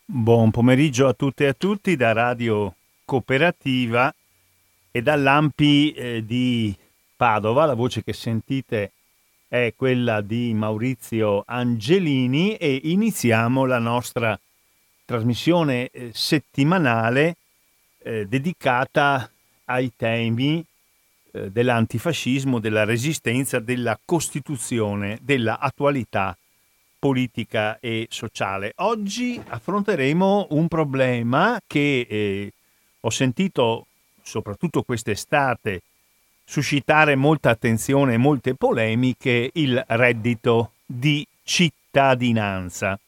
Buon pomeriggio a tutte e a tutti da Radio Cooperativa e dall'Ampi di Padova. La voce che sentite è quella di Maurizio Angelini e iniziamo la nostra trasmissione settimanale dedicata ai temi dell'antifascismo, della resistenza, della Costituzione, della attualità politica e sociale. Oggi affronteremo un problema che ho sentito, soprattutto quest'estate, suscitare molta attenzione e molte polemiche: il reddito di cittadinanza.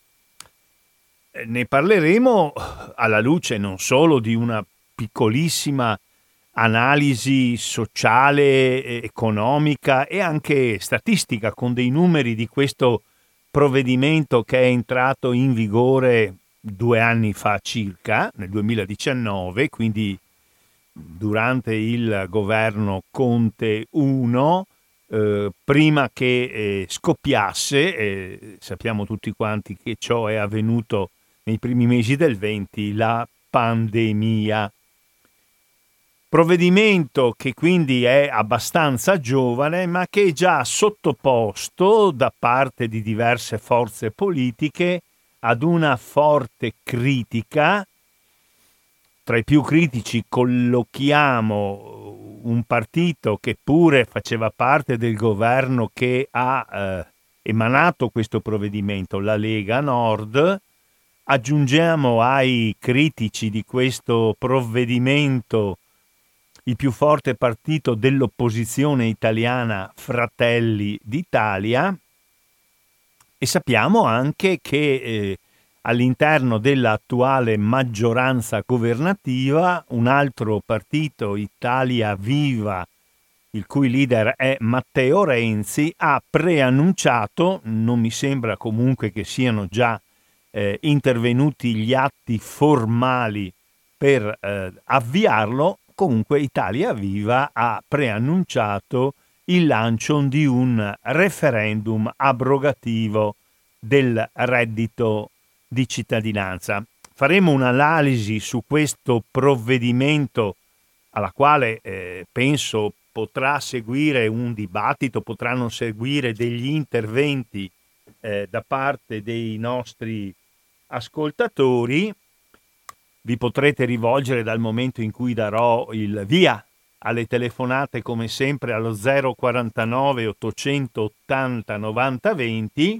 Ne parleremo alla luce non solo di una piccolissima analisi sociale, economica e anche statistica, con dei numeri di questo provvedimento che è entrato in vigore 2 anni fa circa, nel 2019, quindi durante il governo Conte 1, prima che scoppiasse, sappiamo tutti quanti che ciò è avvenuto nei primi mesi del 20, la pandemia. Provvedimento che quindi è abbastanza giovane, ma che è già sottoposto da parte di diverse forze politiche ad una forte critica. Tra i più critici collochiamo un partito che pure faceva parte del governo che ha emanato questo provvedimento, la Lega Nord. Aggiungiamo ai critici di questo provvedimento il più forte partito dell'opposizione italiana, Fratelli d'Italia, e sappiamo anche che all'interno dell'attuale maggioranza governativa un altro partito, Italia Viva, il cui leader è Matteo Renzi, ha preannunciato, non mi sembra comunque che siano già intervenuti gli atti formali per avviarlo. Comunque Italia Viva ha preannunciato il lancio di un referendum abrogativo del reddito di cittadinanza. Faremo un'analisi su questo provvedimento, alla quale penso potrà seguire un dibattito, potranno seguire degli interventi da parte dei nostri ascoltatori. Vi potrete rivolgere dal momento in cui darò il via alle telefonate, come sempre allo 049 880 90 20,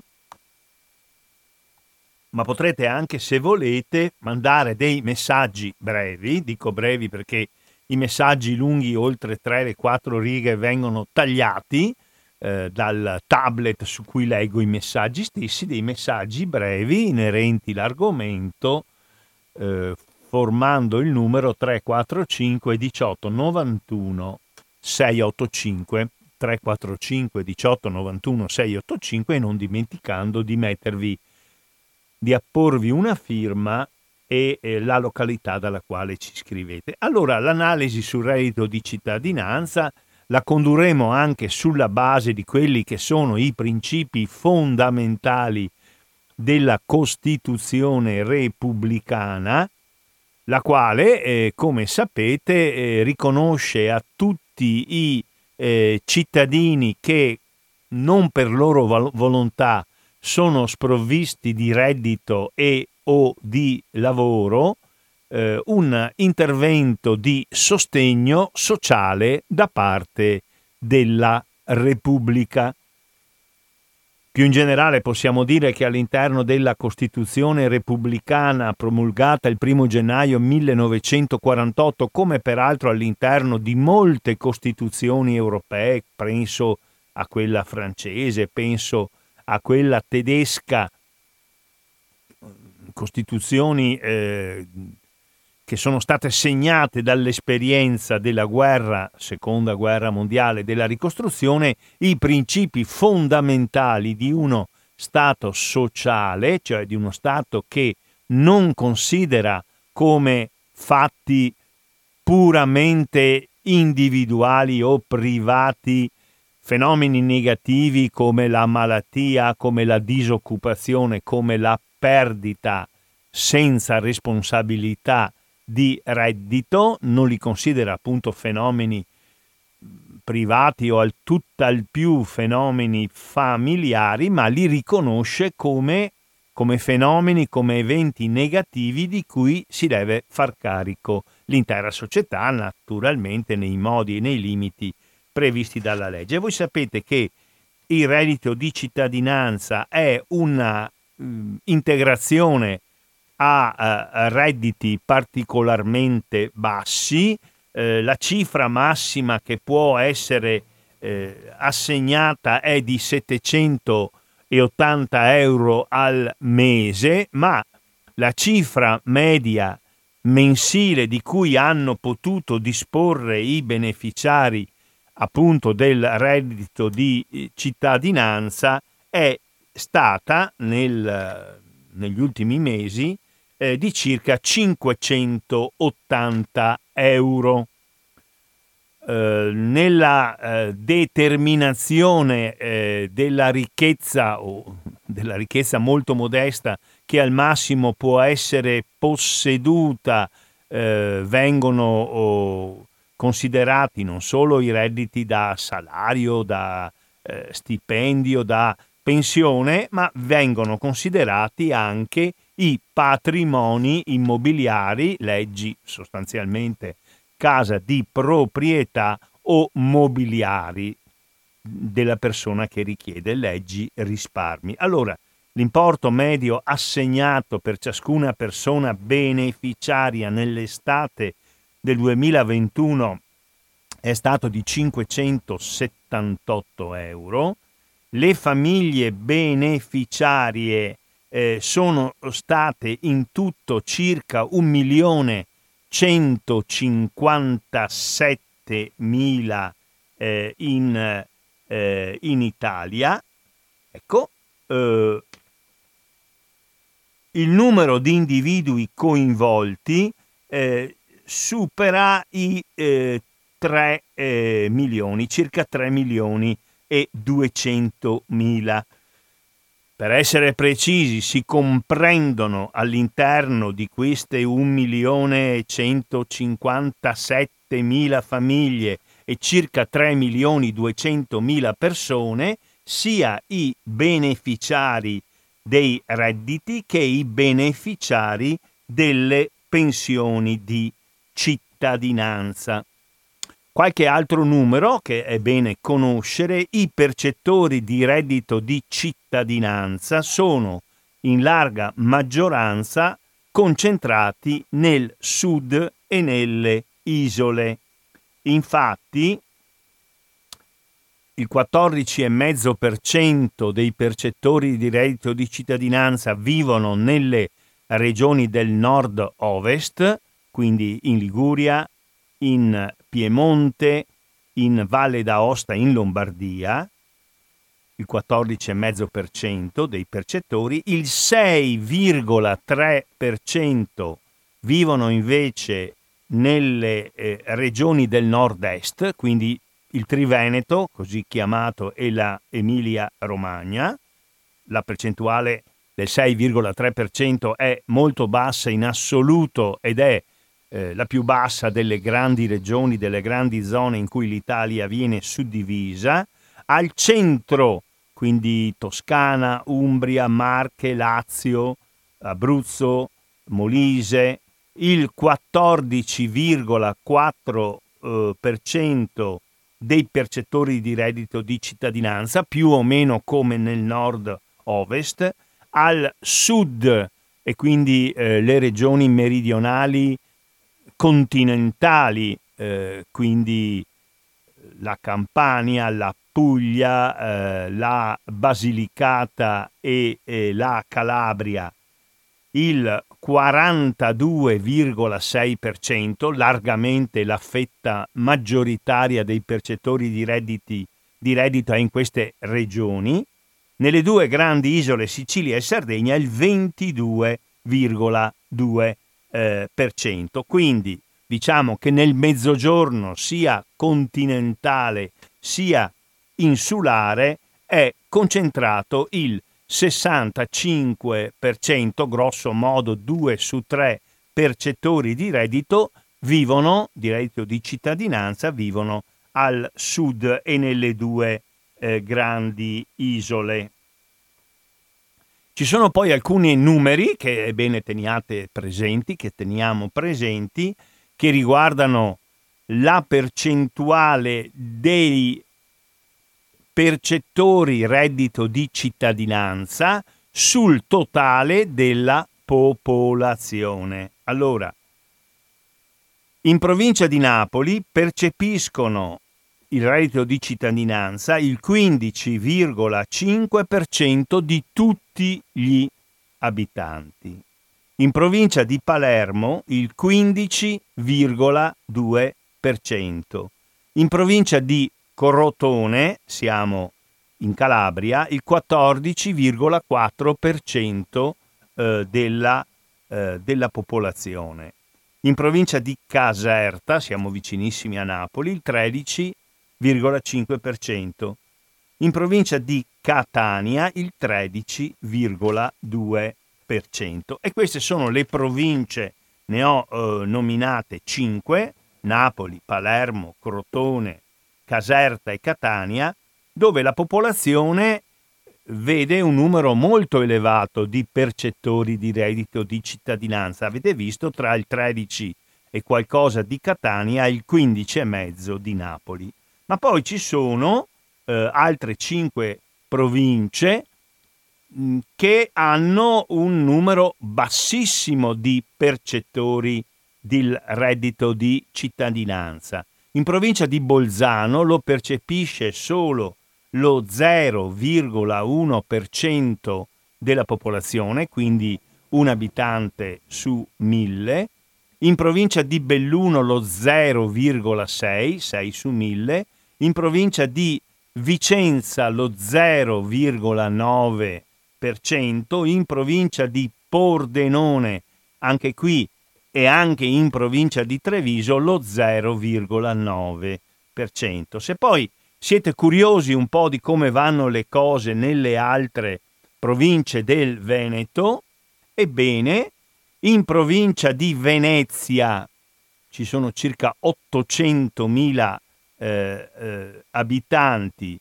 ma potrete anche, se volete, mandare dei messaggi brevi. Dico brevi perché i messaggi lunghi oltre 3-4 righe vengono tagliati dal tablet su cui leggo i messaggi stessi, dei messaggi brevi inerenti l'argomento, formando il numero 345 18 91 685, 345 18 91 685, e non dimenticando di apporvi una firma e la località dalla quale ci scrivete. Allora, l'analisi sul reddito di cittadinanza la condurremo anche sulla base di quelli che sono i principi fondamentali della Costituzione repubblicana, la quale, come sapete, riconosce a tutti i cittadini che non per loro volontà sono sprovvisti di reddito e o di lavoro, un intervento di sostegno sociale da parte della Repubblica. Più in generale possiamo dire che all'interno della Costituzione repubblicana promulgata il 1 gennaio 1948, come peraltro all'interno di molte Costituzioni europee, penso a quella francese, penso a quella tedesca, Costituzioni che sono state segnate dall'esperienza della seconda guerra mondiale, della ricostruzione, i principi fondamentali di uno Stato sociale, cioè di uno Stato che non considera come fatti puramente individuali o privati fenomeni negativi come la malattia, come la disoccupazione, come la perdita senza responsabilità di reddito, non li considera appunto fenomeni privati o al tutt'al più fenomeni familiari, ma li riconosce come fenomeni, come eventi negativi di cui si deve far carico l'intera società, naturalmente nei modi e nei limiti previsti dalla legge. E voi sapete che il reddito di cittadinanza è una integrazione a redditi particolarmente bassi. La cifra massima che può essere assegnata è di 780 euro al mese, ma la cifra media mensile di cui hanno potuto disporre i beneficiari appunto del reddito di cittadinanza è stata negli ultimi mesi di circa 580 euro. Nella determinazione della ricchezza o della ricchezza molto modesta che al massimo può essere posseduta, vengono considerati non solo i redditi da salario, da stipendio, da pensione, ma vengono considerati anche i patrimoni immobiliari, leggi sostanzialmente casa di proprietà o mobiliari della persona che richiede, leggi risparmi. Allora, l'importo medio assegnato per ciascuna persona beneficiaria nell'estate del 2021 è stato di 578 euro. Le famiglie beneficiarie sono state in tutto circa 1.157.000 in Italia. Ecco, il numero di individui coinvolti supera i 3 milioni, circa 3.200.000. Per essere precisi, si comprendono all'interno di queste 1.157.000 famiglie e circa 3.200.000 persone sia i beneficiari dei redditi che i beneficiari delle pensioni di cittadinanza. Qualche altro numero che è bene conoscere: i percettori di reddito di cittadinanza sono in larga maggioranza concentrati nel sud e nelle isole. Infatti, il 14,5% dei percettori di reddito di cittadinanza vivono nelle regioni del nord-ovest, quindi in Liguria, in Piemonte, in Valle d'Aosta, in Lombardia, il 14,5% dei percettori. Il 6,3% vivono invece nelle regioni del nord-est, quindi il Triveneto, così chiamato, e la Emilia-Romagna. La percentuale del 6,3% è molto bassa in assoluto ed è la più bassa delle grandi regioni, delle grandi zone in cui l'Italia viene suddivisa. Al centro, quindi Toscana, Umbria, Marche, Lazio, Abruzzo, Molise, il 14,4% dei percettori di reddito di cittadinanza, più o meno come nel nord-ovest. Al sud, e quindi le regioni meridionali continentali, quindi la Campania, la Puglia, la Basilicata e la Calabria, il 42,6%, largamente la fetta maggioritaria dei percettori di reddito è in queste regioni. Nelle due grandi isole Sicilia e Sardegna il 22,2%. Quindi diciamo che nel mezzogiorno, sia continentale sia insulare, è concentrato il 65%, grosso modo 2 su 3 percettori di reddito di cittadinanza vivono al sud e nelle due grandi isole. Ci sono poi alcuni numeri che è bene teniamo presenti, che riguardano la percentuale dei percettori reddito di cittadinanza sul totale della popolazione. Allora, in provincia di Napoli percepiscono il reddito di cittadinanza il 15,5% di tutti gli abitanti. In provincia di Palermo il 15,2%. In provincia di Crotone, siamo in Calabria, il 14,4% della popolazione. In provincia di Caserta, siamo vicinissimi a Napoli, il 13,5%. In provincia di Catania il 13,2%. E queste sono le province, ne ho nominate 5, Napoli, Palermo, Crotone, Caserta e Catania, dove la popolazione vede un numero molto elevato di percettori di reddito di cittadinanza. Avete visto, tra il 13 e qualcosa di Catania e il 15,5 di Napoli. Ma poi ci sono altre 5 province che hanno un numero bassissimo di percettori del reddito di cittadinanza. In provincia di Bolzano lo percepisce solo lo 0,1% della popolazione, quindi un abitante su 1000. In provincia di Belluno lo 0,6, 6 su 1000. In provincia di Vicenza lo 0,9%. In provincia di Pordenone, anche qui, e anche in provincia di Treviso lo 0,9%. Se poi siete curiosi un po' di come vanno le cose nelle altre province del Veneto, ebbene, in provincia di Venezia ci sono circa 800.000 abitanti,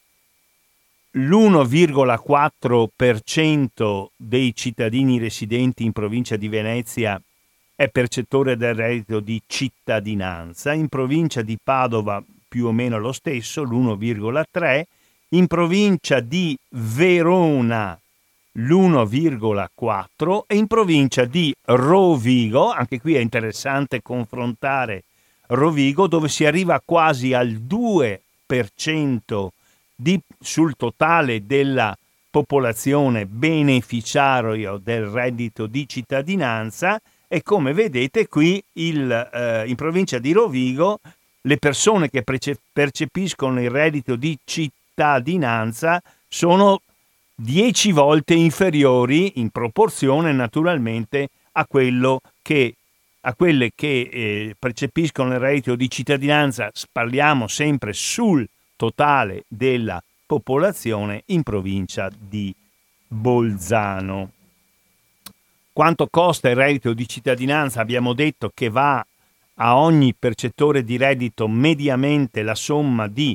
l'1,4% dei cittadini residenti in provincia di Venezia è percettore del reddito di cittadinanza. In provincia di Padova più o meno lo stesso, l'1,3%, in provincia di Verona l'1,4% e in provincia di Rovigo, anche qui è interessante confrontare Rovigo, dove si arriva quasi al 2% sul totale della popolazione beneficiario del reddito di cittadinanza. E come vedete qui in provincia di Rovigo le persone che percepiscono il reddito di cittadinanza sono 10 volte inferiori in proporzione naturalmente a quelle che percepiscono il reddito di cittadinanza. Parliamo sempre sul totale della popolazione in provincia di Bolzano. Quanto costa il reddito di cittadinanza? Abbiamo detto che va a ogni percettore di reddito mediamente la somma di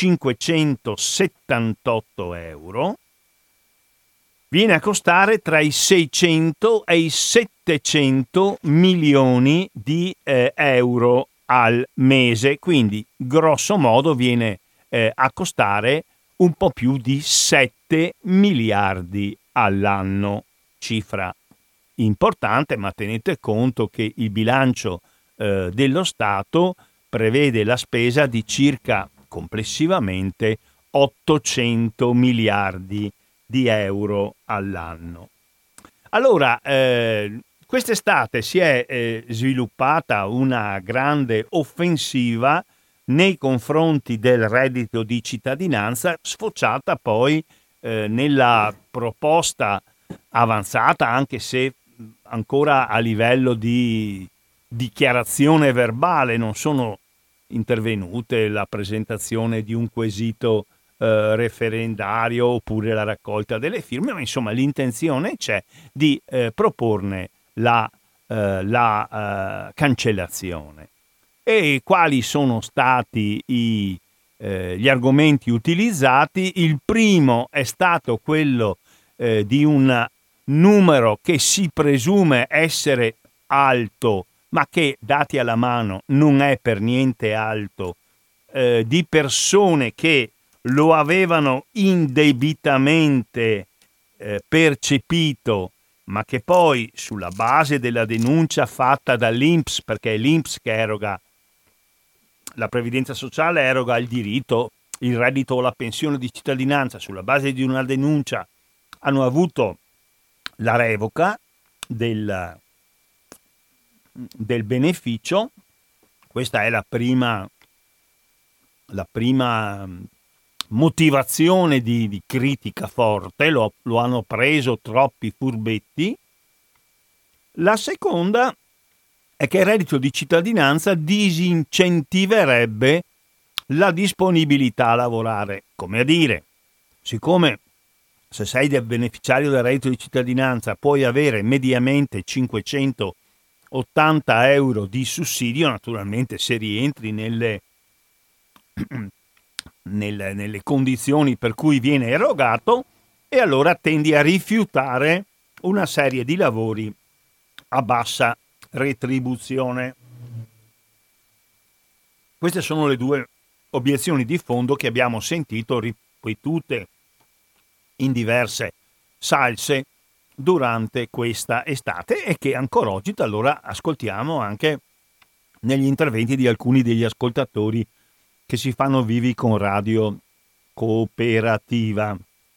578 euro. Viene a costare tra i 600 e i 700 milioni di euro al mese, quindi grosso modo viene a costare un po' più di 7 miliardi all'anno, cifra importante, ma tenete conto che il bilancio dello Stato prevede la spesa di circa complessivamente 800 miliardi di euro all'anno. Allora, quest'estate si è sviluppata una grande offensiva nei confronti del reddito di cittadinanza, sfociata poi nella proposta avanzata, anche se ancora a livello di dichiarazione verbale, non sono intervenute la presentazione di un quesito referendario oppure la raccolta delle firme, ma insomma l'intenzione c'è di proporne la cancellazione. E quali sono stati gli argomenti utilizzati? Il primo è stato quello di un numero che si presume essere alto, ma che dati alla mano non è per niente alto, di persone che lo avevano indebitamente percepito, ma che poi sulla base della denuncia fatta dall'INPS, perché è l'INPS che eroga la previdenza sociale, eroga il diritto, il reddito o la pensione di cittadinanza, sulla base di una denuncia hanno avuto la revoca del beneficio. Questa è la prima motivazione di critica forte, lo hanno preso troppi furbetti. La seconda è che il reddito di cittadinanza disincentiverebbe la disponibilità a lavorare. Come a dire, siccome se sei del beneficiario del reddito di cittadinanza puoi avere mediamente 580 euro di sussidio, naturalmente se rientri nelle condizioni per cui viene erogato, e allora tendi a rifiutare una serie di lavori a bassa retribuzione. Queste sono le due obiezioni di fondo che abbiamo sentito ripetute in diverse salse durante questa estate e che ancora oggi talora ascoltiamo anche negli interventi di alcuni degli ascoltatori che si fanno vivi con Radio Cooperativa.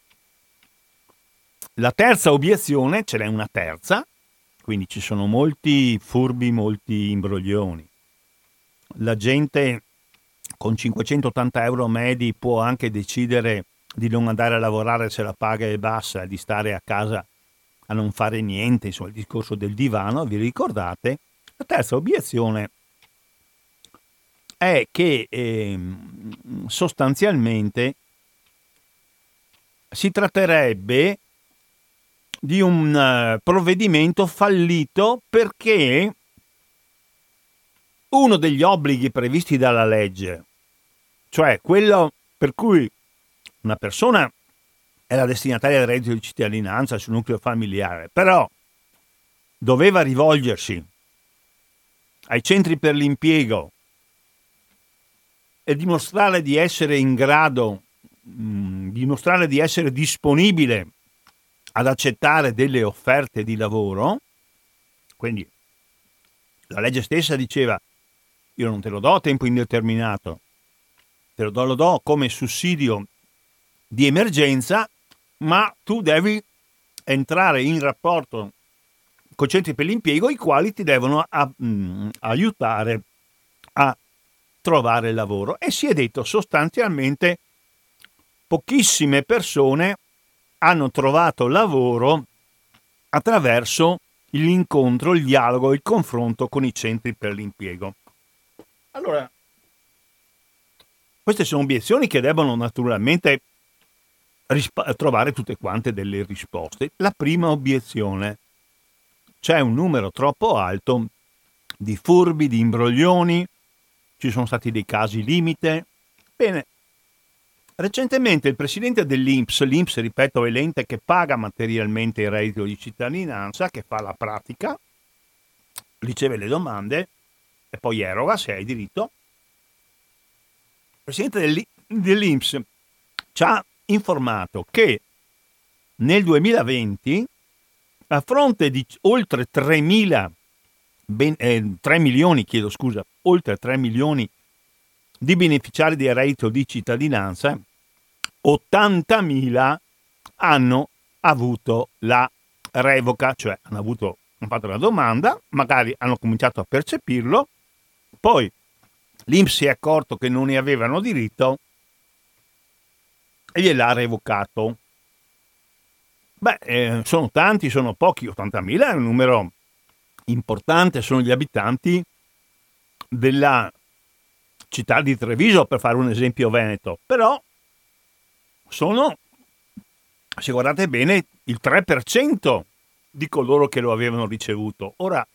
La terza obiezione, ce n'è una terza, quindi ci sono molti furbi, molti imbroglioni. La gente con 580 euro medi può anche decidere di non andare a lavorare se la paga è bassa, di stare a casa a non fare niente, insomma il discorso del divano, vi ricordate? La terza obiezione è che sostanzialmente si tratterebbe di un provvedimento fallito perché uno degli obblighi previsti dalla legge, cioè quello per cui una persona è la destinataria del reddito di cittadinanza sul nucleo familiare, però doveva rivolgersi ai centri per l'impiego e dimostrare di essere in grado, dimostrare di essere disponibile ad accettare delle offerte di lavoro. Quindi la legge stessa diceva: io non te lo do a tempo indeterminato, te lo do come sussidio di emergenza, ma tu devi entrare in rapporto con i centri per l'impiego, i quali ti devono aiutare a trovare lavoro. E si è detto sostanzialmente pochissime persone hanno trovato lavoro attraverso l'incontro, il dialogo, il confronto con i centri per l'impiego. Allora, queste sono obiezioni che debbono naturalmente trovare tutte quante delle risposte. La prima obiezione: c'è un numero troppo alto di furbi, di imbroglioni, ci sono stati dei casi limite. Bene, recentemente il presidente dell'INPS, l'INPS, ripeto, è l'ente che paga materialmente il reddito di cittadinanza, che fa la pratica, riceve le domande e poi eroga se hai diritto. Il presidente dell'INPS ci ha informato che nel 2020, a fronte di oltre 3 milioni di beneficiari del reddito di cittadinanza, 80.000 hanno avuto la revoca, cioè hanno fatto la domanda, magari hanno cominciato a percepirlo, poi l'INPS si è accorto che non ne avevano diritto e gliel'ha revocato. Sono tanti, sono pochi, 80.000 è un numero importante, sono gli abitanti della città di Treviso, per fare un esempio veneto, però sono, se guardate bene, il 3% di coloro che lo avevano ricevuto. Ora,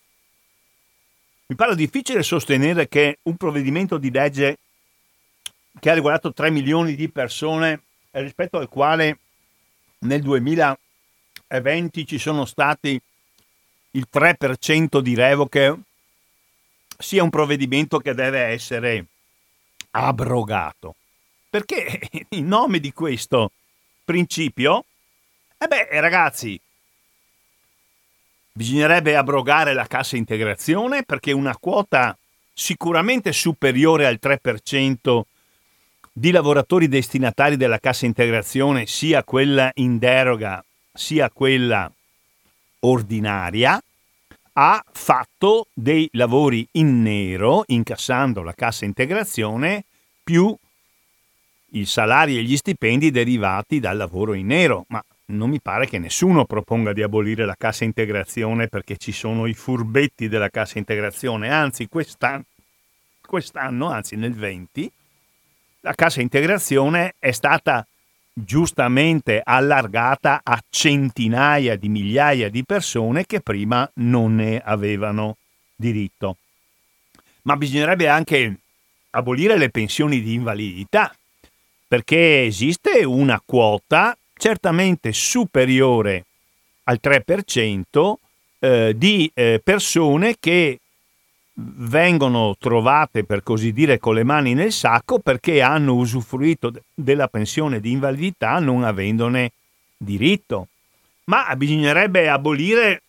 mi pare difficile sostenere che un provvedimento di legge che ha riguardato 3 milioni di persone, rispetto al quale nel 2020 ci sono stati il 3% di revoche, sia un provvedimento che deve essere abrogato. Perché in nome di questo principio, ragazzi, bisognerebbe abrogare la cassa integrazione, perché una quota sicuramente superiore al 3% di lavoratori destinatari della cassa integrazione, sia quella in deroga sia quella ordinaria, ha fatto dei lavori in nero, incassando la cassa integrazione più i salari e gli stipendi derivati dal lavoro in nero. Ma non mi pare che nessuno proponga di abolire la cassa integrazione perché ci sono i furbetti della cassa integrazione. Anzi, quest'anno, anzi nel 20, la cassa integrazione è stata giustamente allargata a centinaia di migliaia di persone che prima non ne avevano diritto. Ma bisognerebbe anche abolire le pensioni di invalidità, perché esiste una quota certamente superiore al 3% di persone che vengono trovate, per così dire, con le mani nel sacco perché hanno usufruito della pensione di invalidità non avendone diritto. Ma bisognerebbe abolire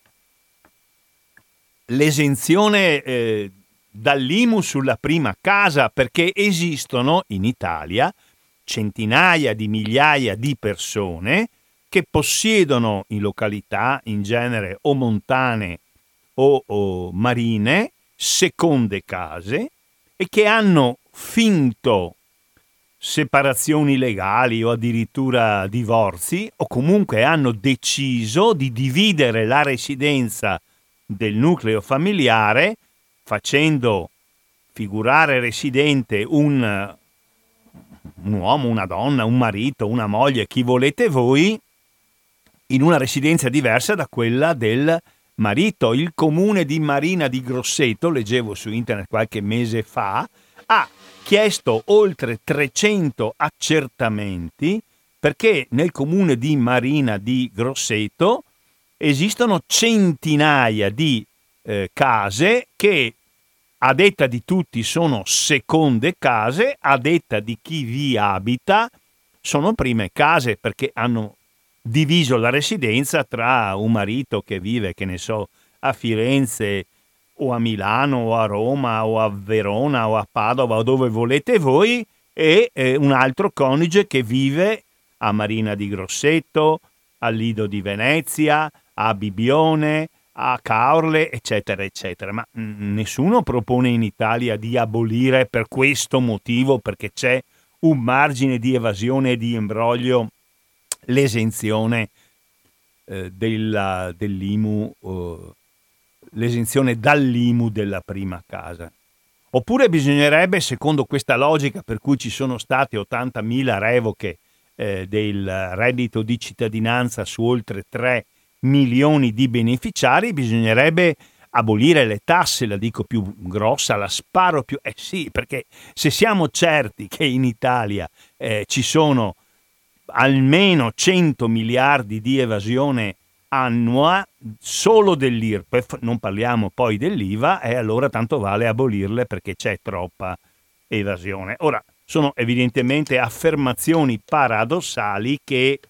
l'esenzione dall'IMU sulla prima casa, perché esistono in Italia centinaia di migliaia di persone che possiedono in località, in genere o montane o marine, seconde case, e che hanno finto separazioni legali o addirittura divorzi, o comunque hanno deciso di dividere la residenza del nucleo familiare facendo figurare residente un uomo, una donna, un marito, una moglie, chi volete voi, in una residenza diversa da quella del marito. Il comune di Marina di Grosseto, leggevo su internet qualche mese fa, ha chiesto oltre 300 accertamenti perché nel comune di Marina di Grosseto esistono centinaia di case che a detta di tutti sono seconde case, a detta di chi vi abita sono prime case, perché hanno diviso la residenza tra un marito che vive, che ne so, a Firenze o a Milano o a Roma o a Verona o a Padova o dove volete voi, e un altro coniuge che vive a Marina di Grosseto, a Lido di Venezia, a Bibione, a Caorle, eccetera, eccetera. Ma nessuno propone in Italia di abolire per questo motivo, perché c'è un margine di evasione e di imbroglio, l'esenzione dell'IMU, l'esenzione dall'IMU della prima casa. Oppure bisognerebbe, secondo questa logica per cui ci sono state 80.000 revoche del reddito di cittadinanza su oltre 3 milioni di beneficiari, bisognerebbe abolire le tasse, la dico più grossa, la sparo più... sì, perché se siamo certi che in Italia ci sono almeno 100 miliardi di evasione annua solo dell'IRPEF, non parliamo poi dell'IVA, e allora tanto vale abolirle perché c'è troppa evasione. Ora, sono evidentemente affermazioni paradossali che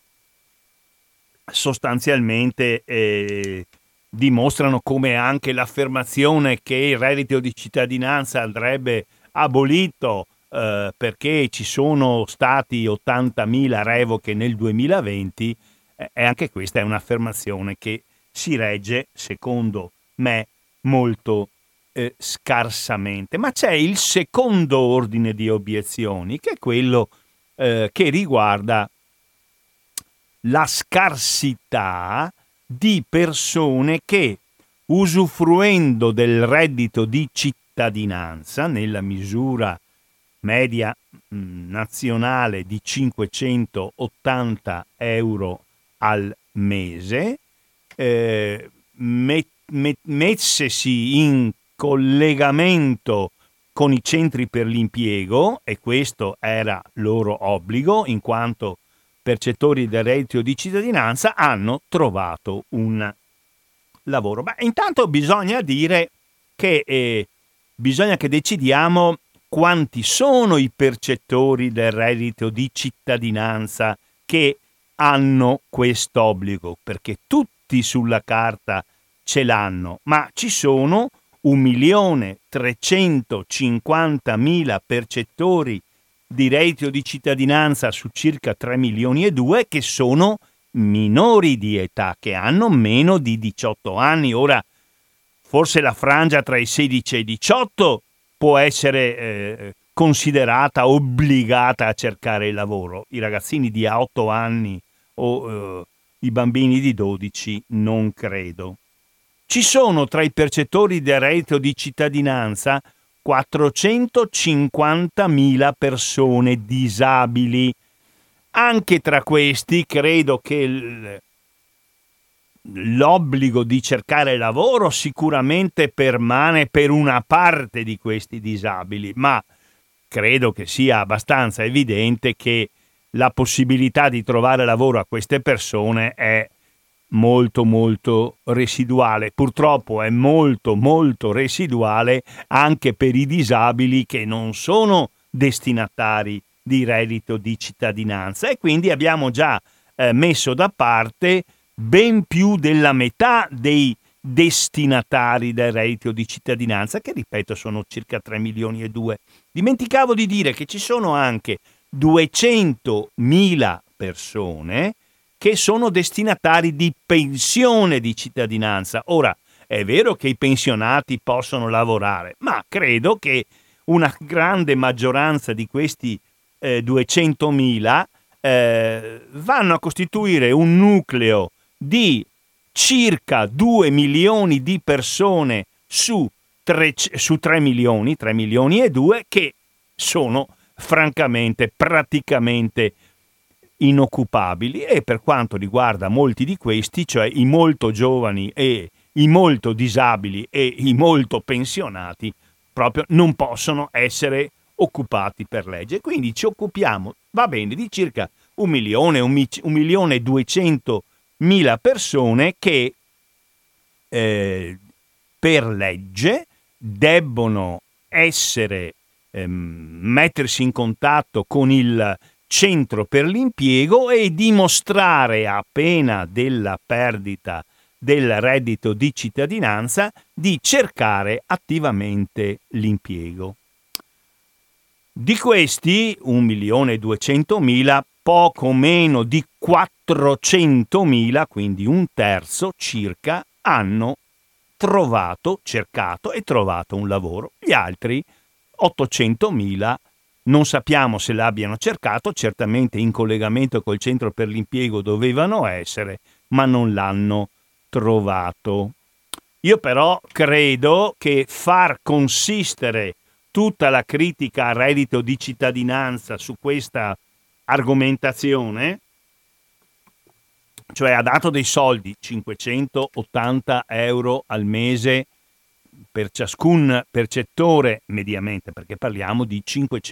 sostanzialmente dimostrano come anche l'affermazione che il reddito di cittadinanza andrebbe abolito perché ci sono stati 80.000 revoche nel 2020, e anche questa è un'affermazione che si regge, secondo me, molto scarsamente. Ma c'è il secondo ordine di obiezioni, che è quello che riguarda la scarsità di persone che, usufruendo del reddito di cittadinanza nella misura media nazionale di 580 euro al mese, messesi in collegamento con i centri per l'impiego, e questo era loro obbligo in quanto percettori del reddito di cittadinanza, hanno trovato un lavoro. Ma intanto bisogna dire che bisogna che decidiamo quanti sono i percettori del reddito di cittadinanza che hanno quest'obbligo, perché tutti sulla carta ce l'hanno, ma ci sono 1.350.000 percettori di reddito di cittadinanza su circa 3 milioni e 2 che sono minori di età, che hanno meno di 18 anni. Ora, forse la frangia tra i 16 e i 18 può essere considerata obbligata a cercare il lavoro. I ragazzini di 8 anni o i bambini di 12 non credo. Ci sono tra i percettori del reddito di cittadinanza 450.000 persone disabili. Anche tra questi credo che l'obbligo di cercare lavoro sicuramente permane per una parte di questi disabili, ma credo che sia abbastanza evidente che la possibilità di trovare lavoro a queste persone è molto molto residuale. Purtroppo è molto molto residuale anche per i disabili che non sono destinatari di reddito di cittadinanza, e quindi abbiamo già messo da parte ben più della metà dei destinatari del reddito di cittadinanza, che ripeto sono circa 3 milioni e 2. Dimenticavo di dire che ci sono anche 200.000 persone che sono destinatari di pensione di cittadinanza. Ora, è vero che i pensionati possono lavorare, ma credo che una grande maggioranza di questi 200.000 vanno a costituire un nucleo di circa 2 milioni di persone su 3 milioni, 3 milioni e 2, che sono francamente praticamente inoccupabili. E per quanto riguarda molti di questi, cioè i molto giovani e i molto disabili e i molto pensionati, proprio non possono essere occupati per legge. Quindi ci occupiamo, va bene, di circa 1.200.000 persone che per legge debbono essere mettersi in contatto con il centro per l'impiego e dimostrare, a pena della perdita del reddito di cittadinanza, di cercare attivamente l'impiego. Di questi 1.200.000, poco meno di 400.000, quindi un terzo circa, hanno cercato e trovato un lavoro. Gli altri 800.000 non sappiamo se l'abbiano cercato, certamente in collegamento col centro per l'impiego dovevano essere, ma non l'hanno trovato. Io però credo che far consistere tutta la critica al reddito di cittadinanza su questa argomentazione, cioè ha dato dei soldi, 580 euro al mese per ciascun percettore mediamente, perché parliamo di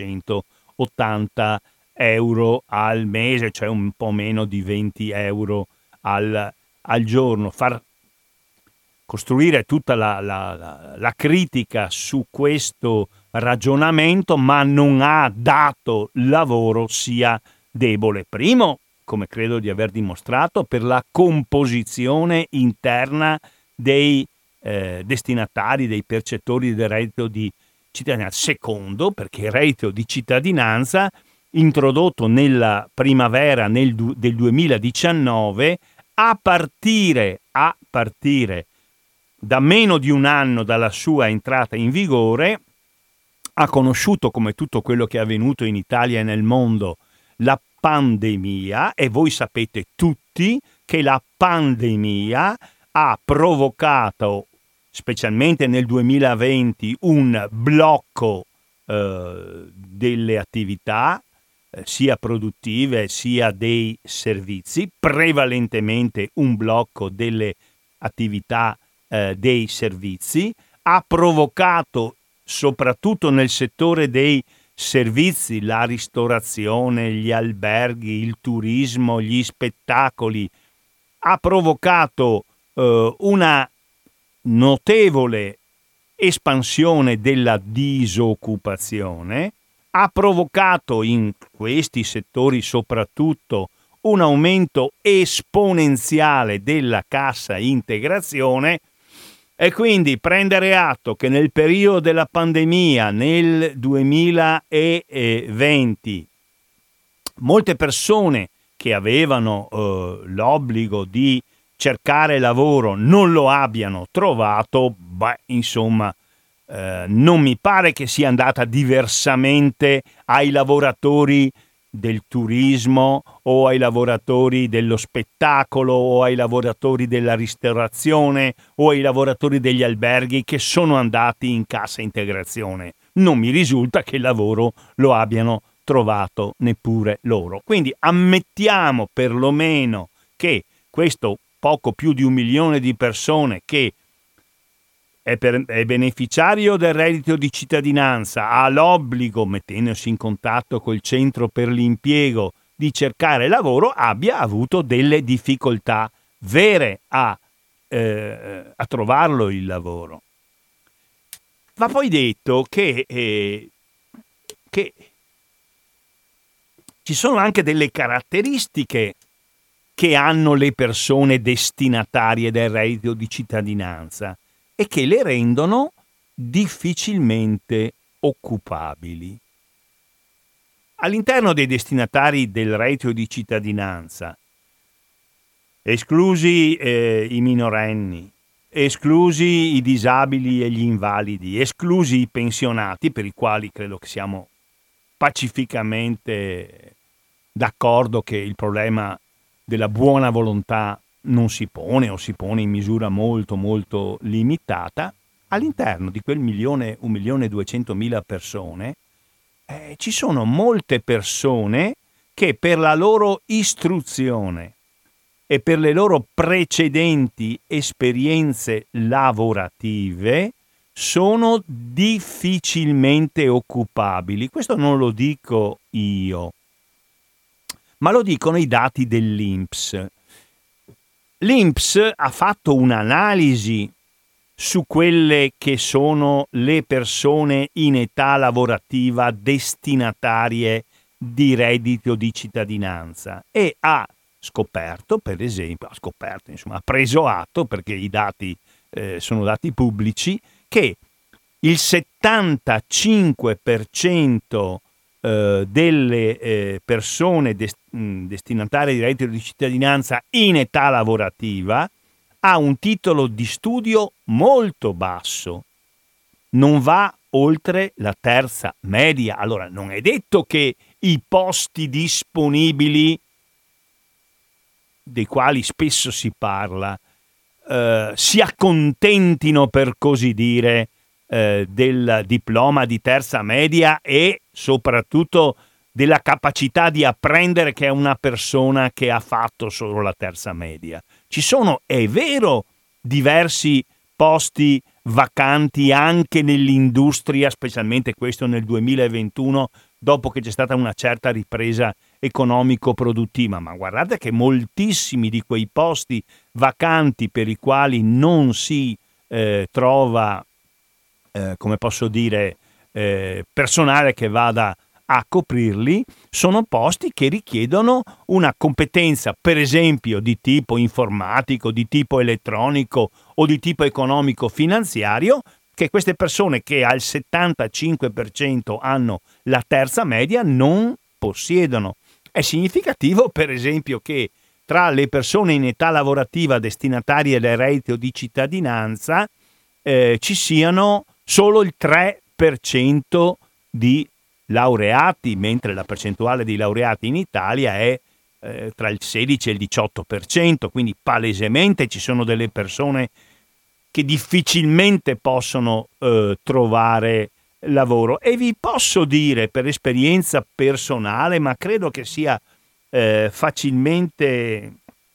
580 euro al mese, cioè un po' meno di 20 euro al giorno. Far costruire tutta la critica su questo ragionamento, ma non ha dato lavoro, sia debole. Primo, come credo di aver dimostrato, per la composizione interna dei destinatari, dei percettori del reddito di cittadinanza. Secondo, perché il reddito di cittadinanza, introdotto nella primavera del 2019, a partire da meno di un anno dalla sua entrata in vigore, ha conosciuto, come tutto quello che è avvenuto in Italia e nel mondo, la pandemia, e voi sapete tutti che la pandemia ha provocato, specialmente nel 2020, un blocco delle attività sia produttive sia dei servizi, prevalentemente un blocco delle attività dei servizi, ha provocato soprattutto nel settore dei servizi, la ristorazione, gli alberghi, il turismo, gli spettacoli, ha provocato una notevole espansione della disoccupazione, ha provocato in questi settori soprattutto un aumento esponenziale della cassa integrazione, e quindi prendere atto che nel periodo della pandemia, nel 2020, molte persone che avevano l'obbligo di cercare lavoro non lo abbiano trovato, insomma, non mi pare che sia andata diversamente ai lavoratori del turismo o ai lavoratori dello spettacolo o ai lavoratori della ristorazione o ai lavoratori degli alberghi che sono andati in cassa integrazione. Non mi risulta che il lavoro lo abbiano trovato neppure loro. Quindi ammettiamo perlomeno che questo poco più di 1 milione di persone che è beneficiario del reddito di cittadinanza, ha l'obbligo, mettendosi in contatto col centro per l'impiego, di cercare lavoro, abbia avuto delle difficoltà vere a trovarlo il lavoro. Va poi detto che ci sono anche delle caratteristiche che hanno le persone destinatarie del reddito di cittadinanza e che le rendono difficilmente occupabili. All'interno dei destinatari del reddito di cittadinanza, esclusi i minorenni, esclusi i disabili e gli invalidi, esclusi i pensionati, per i quali credo che siamo pacificamente d'accordo che il problema della buona volontà non si pone o si pone in misura molto molto limitata, all'interno di quel 1.200.000 persone ci sono molte persone che per la loro istruzione e per le loro precedenti esperienze lavorative sono difficilmente occupabili. Questo non lo dico io, ma lo dicono i dati dell'INPS. L'INPS ha fatto un'analisi su quelle che sono le persone in età lavorativa destinatarie di reddito di cittadinanza e ha scoperto, per esempio, ha preso atto, perché i dati sono dati pubblici, che il 75% delle persone destinatarie di reddito di cittadinanza in età lavorativa ha un titolo di studio molto basso, non va oltre la terza media. Allora, non è detto che i posti disponibili, dei quali spesso si parla, si accontentino, per così dire, del diploma di terza media e soprattutto della capacità di apprendere che è una persona che ha fatto solo la terza media. Ci sono, è vero, diversi posti vacanti anche nell'industria, specialmente questo nel 2021, dopo che c'è stata una certa ripresa economico-produttiva, ma guardate che moltissimi di quei posti vacanti per i quali non si trova, come posso dire, personale che vada a coprirli, sono posti che richiedono una competenza, per esempio, di tipo informatico, di tipo elettronico o di tipo economico-finanziario, che queste persone che al 75% hanno la terza media non possiedono. È significativo, per esempio, che tra le persone in età lavorativa destinatarie del reddito di cittadinanza ci siano solo il 3% di laureati, mentre la percentuale di laureati in Italia è tra il 16 e il 18%, quindi palesemente ci sono delle persone che difficilmente possono trovare lavoro. E vi posso dire per esperienza personale, ma credo che sia facilmente,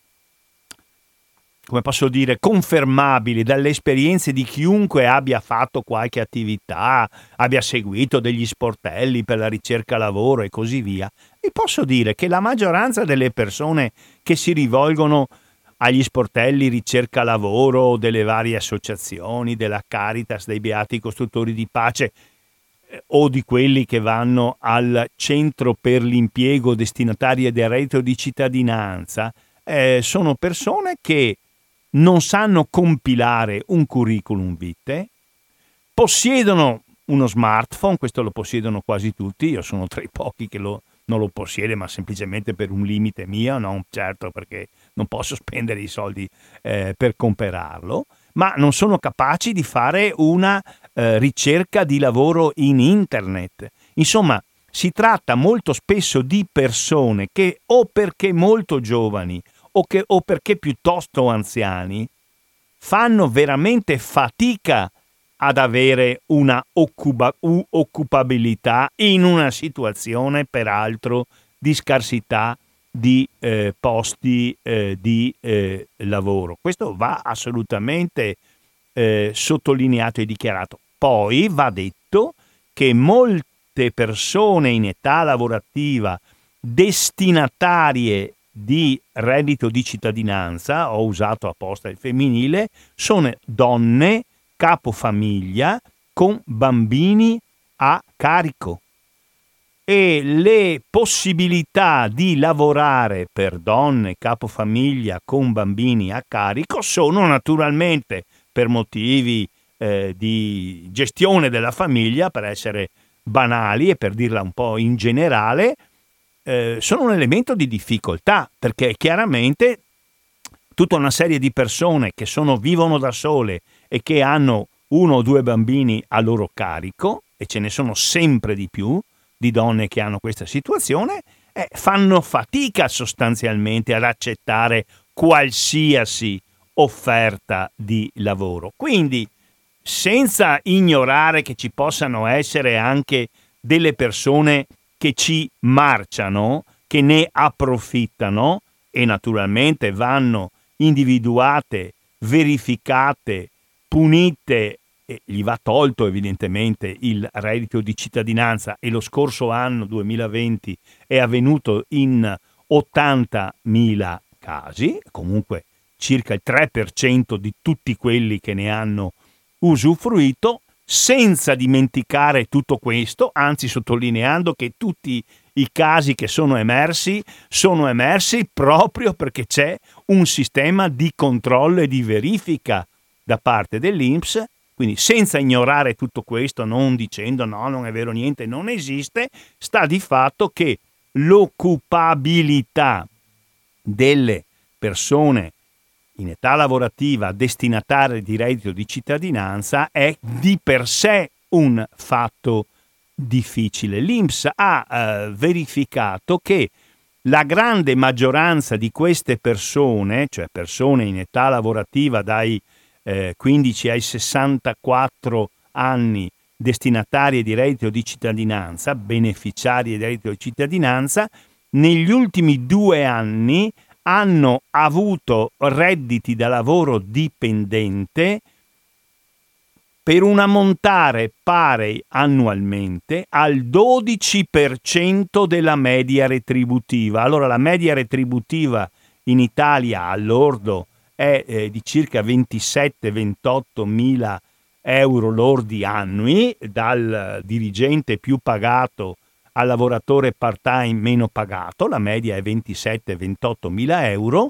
come posso dire, confermabile dalle esperienze di chiunque abbia fatto qualche attività, abbia seguito degli sportelli per la ricerca lavoro e così via. Vi posso dire che la maggioranza delle persone che si rivolgono agli sportelli ricerca lavoro delle varie associazioni, della Caritas, dei Beati Costruttori di Pace, o di quelli che vanno al centro per l'impiego destinatarie del reddito di cittadinanza, sono persone che non sanno compilare un curriculum vitae, possiedono uno smartphone, questo lo possiedono quasi tutti, io sono tra i pochi che non lo possiede, ma semplicemente per un limite mio, non certo perché non posso spendere i soldi per comprarlo, ma non sono capaci di fare una ricerca di lavoro in internet. Insomma, si tratta molto spesso di persone che o perché molto giovani o perché piuttosto anziani fanno veramente fatica ad avere una occupabilità in una situazione peraltro di scarsità di posti di lavoro. Questo va assolutamente sottolineato e dichiarato. Poi va detto che molte persone in età lavorativa destinatarie di reddito di cittadinanza, ho usato apposta il femminile, sono donne capofamiglia con bambini a carico, e le possibilità di lavorare per donne capofamiglia con bambini a carico sono naturalmente, per motivi di gestione della famiglia, per essere banali e per dirla un po' in generale, sono un elemento di difficoltà, perché chiaramente tutta una serie di persone che vivono da sole e che hanno 1 o 2 bambini a loro carico, e ce ne sono sempre di più di donne che hanno questa situazione, fanno fatica sostanzialmente ad accettare qualsiasi offerta di lavoro. Quindi, senza ignorare che ci possano essere anche delle persone che ci marciano, che ne approfittano, e naturalmente vanno individuate, verificate, punite, e gli va tolto evidentemente il reddito di cittadinanza, e lo scorso anno 2020 è avvenuto in 80.000 casi, comunque circa il 3% di tutti quelli che ne hanno usufruito, senza dimenticare tutto questo, anzi sottolineando che tutti i casi che sono emersi proprio perché c'è un sistema di controllo e di verifica da parte dell'INPS. Quindi, senza ignorare tutto questo, non dicendo no, non è vero niente, non esiste, sta di fatto che l'occupabilità delle persone in età lavorativa destinatarie di reddito di cittadinanza è di per sé un fatto difficile. L'INPS ha verificato che la grande maggioranza di queste persone, cioè persone in età lavorativa dai 15 ai 64 anni, destinatarie di reddito di cittadinanza, beneficiarie di reddito di cittadinanza, negli ultimi 2 anni hanno avuto redditi da lavoro dipendente per un ammontare pari annualmente al 12% della media retributiva. Allora, la media retributiva in Italia al lordo è di circa 27-28 mila euro lordi annui, dal dirigente più pagato al lavoratore part-time meno pagato, la media è 27-28 mila euro.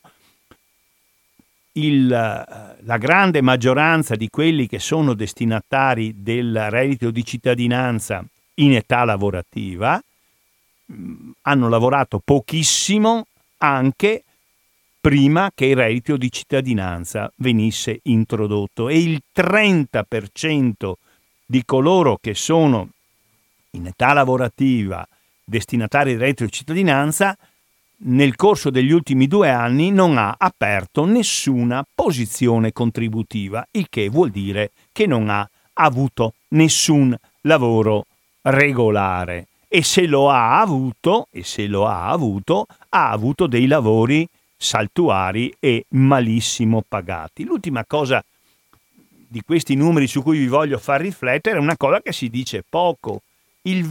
La grande maggioranza di quelli che sono destinatari del reddito di cittadinanza in età lavorativa hanno lavorato pochissimo anche prima che il reddito di cittadinanza venisse introdotto, e il 30% di coloro che sono in età lavorativa destinatari di reddito di cittadinanza nel corso degli ultimi 2 anni non ha aperto nessuna posizione contributiva, il che vuol dire che non ha avuto nessun lavoro regolare, e se lo ha avuto, ha avuto dei lavori saltuari e malissimo pagati. L'ultima cosa di questi numeri su cui vi voglio far riflettere è una cosa che si dice poco: il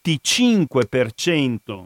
25%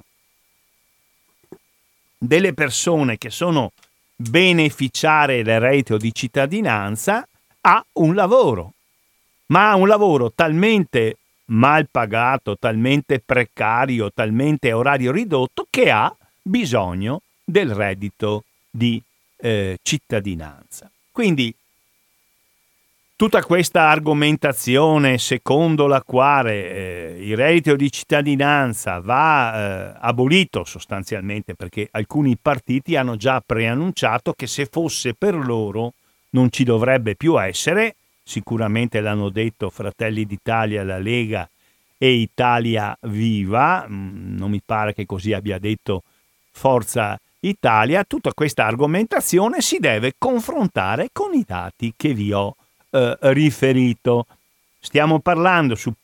delle persone che sono beneficiarie del reddito di cittadinanza ha un lavoro, ma ha un lavoro talmente mal pagato, talmente precario, talmente a orario ridotto, che ha bisogno del reddito di cittadinanza. Quindi tutta questa argomentazione secondo la quale il reddito di cittadinanza va abolito sostanzialmente, perché alcuni partiti hanno già preannunciato che se fosse per loro non ci dovrebbe più essere. Sicuramente l'hanno detto Fratelli d'Italia, la Lega e Italia Viva, non mi pare che così abbia detto Forza Italia. Tutta questa argomentazione si deve confrontare con i dati che vi ho riferito. Stiamo parlando su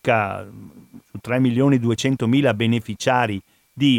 3.200.000 beneficiari di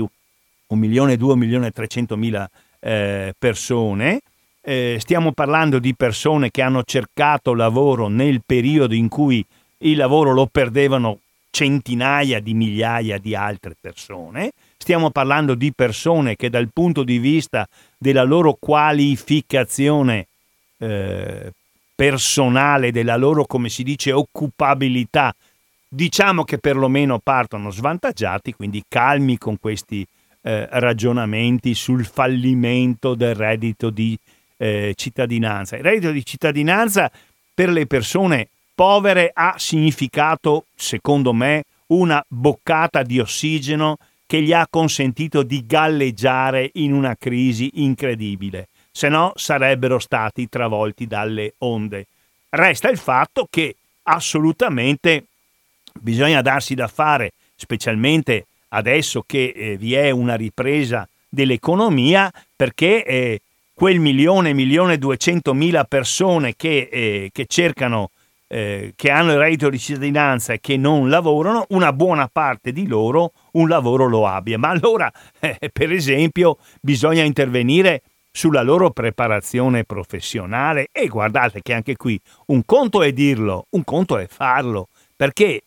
1.200.000-1.300.000 persone. Stiamo parlando di persone che hanno cercato lavoro nel periodo in cui il lavoro lo perdevano centinaia di migliaia di altre persone. Stiamo parlando di persone che dal punto di vista della loro qualificazione personale, della loro, come si dice, occupabilità, diciamo che perlomeno partono svantaggiati. Quindi calmi con questi ragionamenti sul fallimento del reddito di cittadinanza. Il reddito di cittadinanza per le persone povere ha significato, secondo me, una boccata di ossigeno che gli ha consentito di galleggiare in una crisi incredibile, se no sarebbero stati travolti dalle onde. Resta il fatto che assolutamente bisogna darsi da fare, specialmente adesso che vi è una ripresa dell'economia, perché quel 1.200.000 persone che cercano, che hanno il reddito di cittadinanza e che non lavorano, una buona parte di loro un lavoro lo abbia. Ma allora, per esempio, bisogna intervenire sulla loro preparazione professionale, e guardate che anche qui un conto è dirlo, un conto è farlo, perché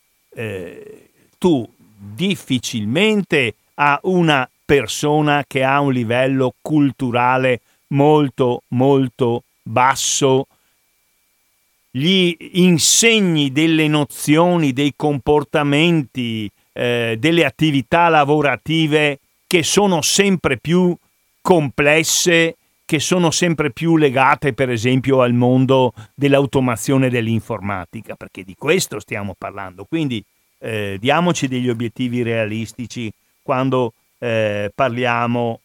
tu difficilmente a una persona che ha un livello culturale molto molto basso gli insegni delle nozioni, dei comportamenti, delle attività lavorative che sono sempre più complesse, che sono sempre più legate per esempio al mondo dell'automazione dell'informatica, perché di questo stiamo parlando. Quindi diamoci degli obiettivi realistici quando parliamo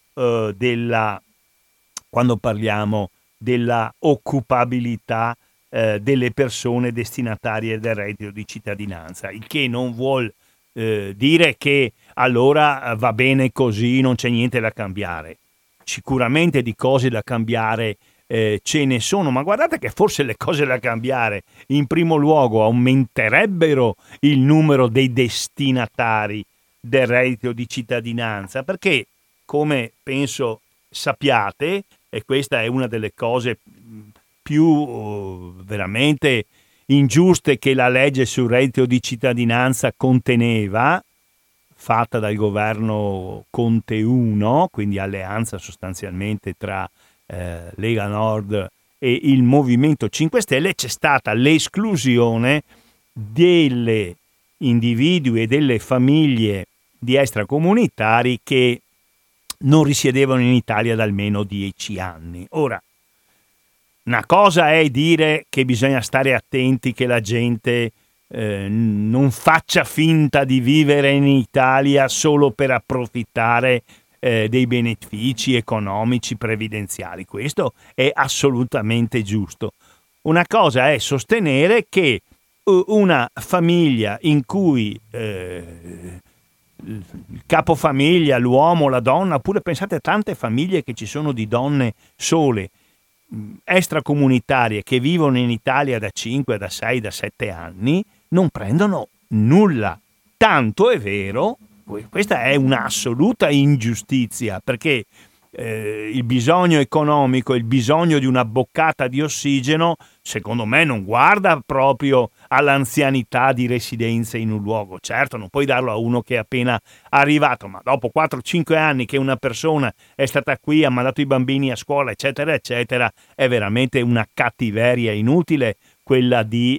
della occupabilità delle persone destinatarie del reddito di cittadinanza, il che non vuol dire che allora va bene così, non c'è niente da cambiare. Sicuramente di cose da cambiare ce ne sono, ma guardate che forse le cose da cambiare in primo luogo aumenterebbero il numero dei destinatari del reddito di cittadinanza, perché come penso sappiate, e questa è una delle cose più veramente ingiuste che la legge sul reddito di cittadinanza conteneva, fatta dal governo Conte 1, quindi alleanza sostanzialmente tra Lega Nord e il Movimento 5 Stelle, c'è stata l'esclusione degli individui e delle famiglie di extracomunitari che non risiedevano in Italia da almeno 10 anni. Ora, una cosa è dire che bisogna stare attenti che la gente non faccia finta di vivere in Italia solo per approfittare dei benefici economici previdenziali. Questo è assolutamente giusto. Una cosa è sostenere che una famiglia in cui il capofamiglia, l'uomo, la donna, oppure pensate a tante famiglie che ci sono di donne sole, extracomunitarie, che vivono in Italia da 5, da 6, da 7 anni, non prendono nulla. Tanto è vero, questa è un'assoluta ingiustizia, perché il bisogno economico, il bisogno di una boccata di ossigeno, secondo me non guarda proprio all'anzianità di residenza in un luogo. Certo, non puoi darlo a uno che è appena arrivato, ma dopo 4-5 anni che una persona è stata qui, ha mandato i bambini a scuola, eccetera, eccetera, è veramente una cattiveria inutile quella di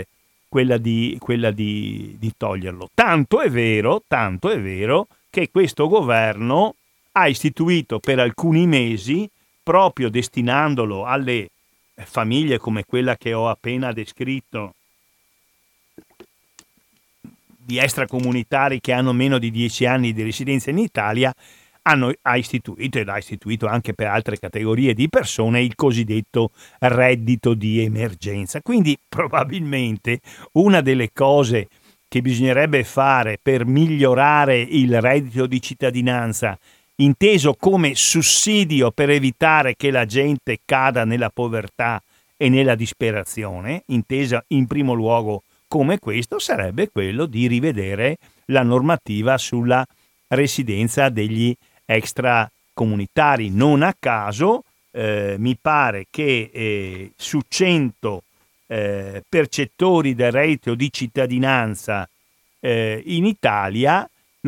toglierlo. Tanto è vero che questo governo ha istituito per alcuni mesi, proprio destinandolo alle famiglie come quella che ho appena descritto, di extracomunitari che hanno meno di 10 anni di residenza in Italia, ha istituito, ed ha istituito anche per altre categorie di persone, il cosiddetto reddito di emergenza. Quindi probabilmente una delle cose che bisognerebbe fare per migliorare il reddito di cittadinanza, inteso come sussidio per evitare che la gente cada nella povertà e nella disperazione, intesa in primo luogo come questo, sarebbe quello di rivedere la normativa sulla residenza degli extracomunitari. Non a caso mi pare che su 100 percettori del reddito di cittadinanza in Italia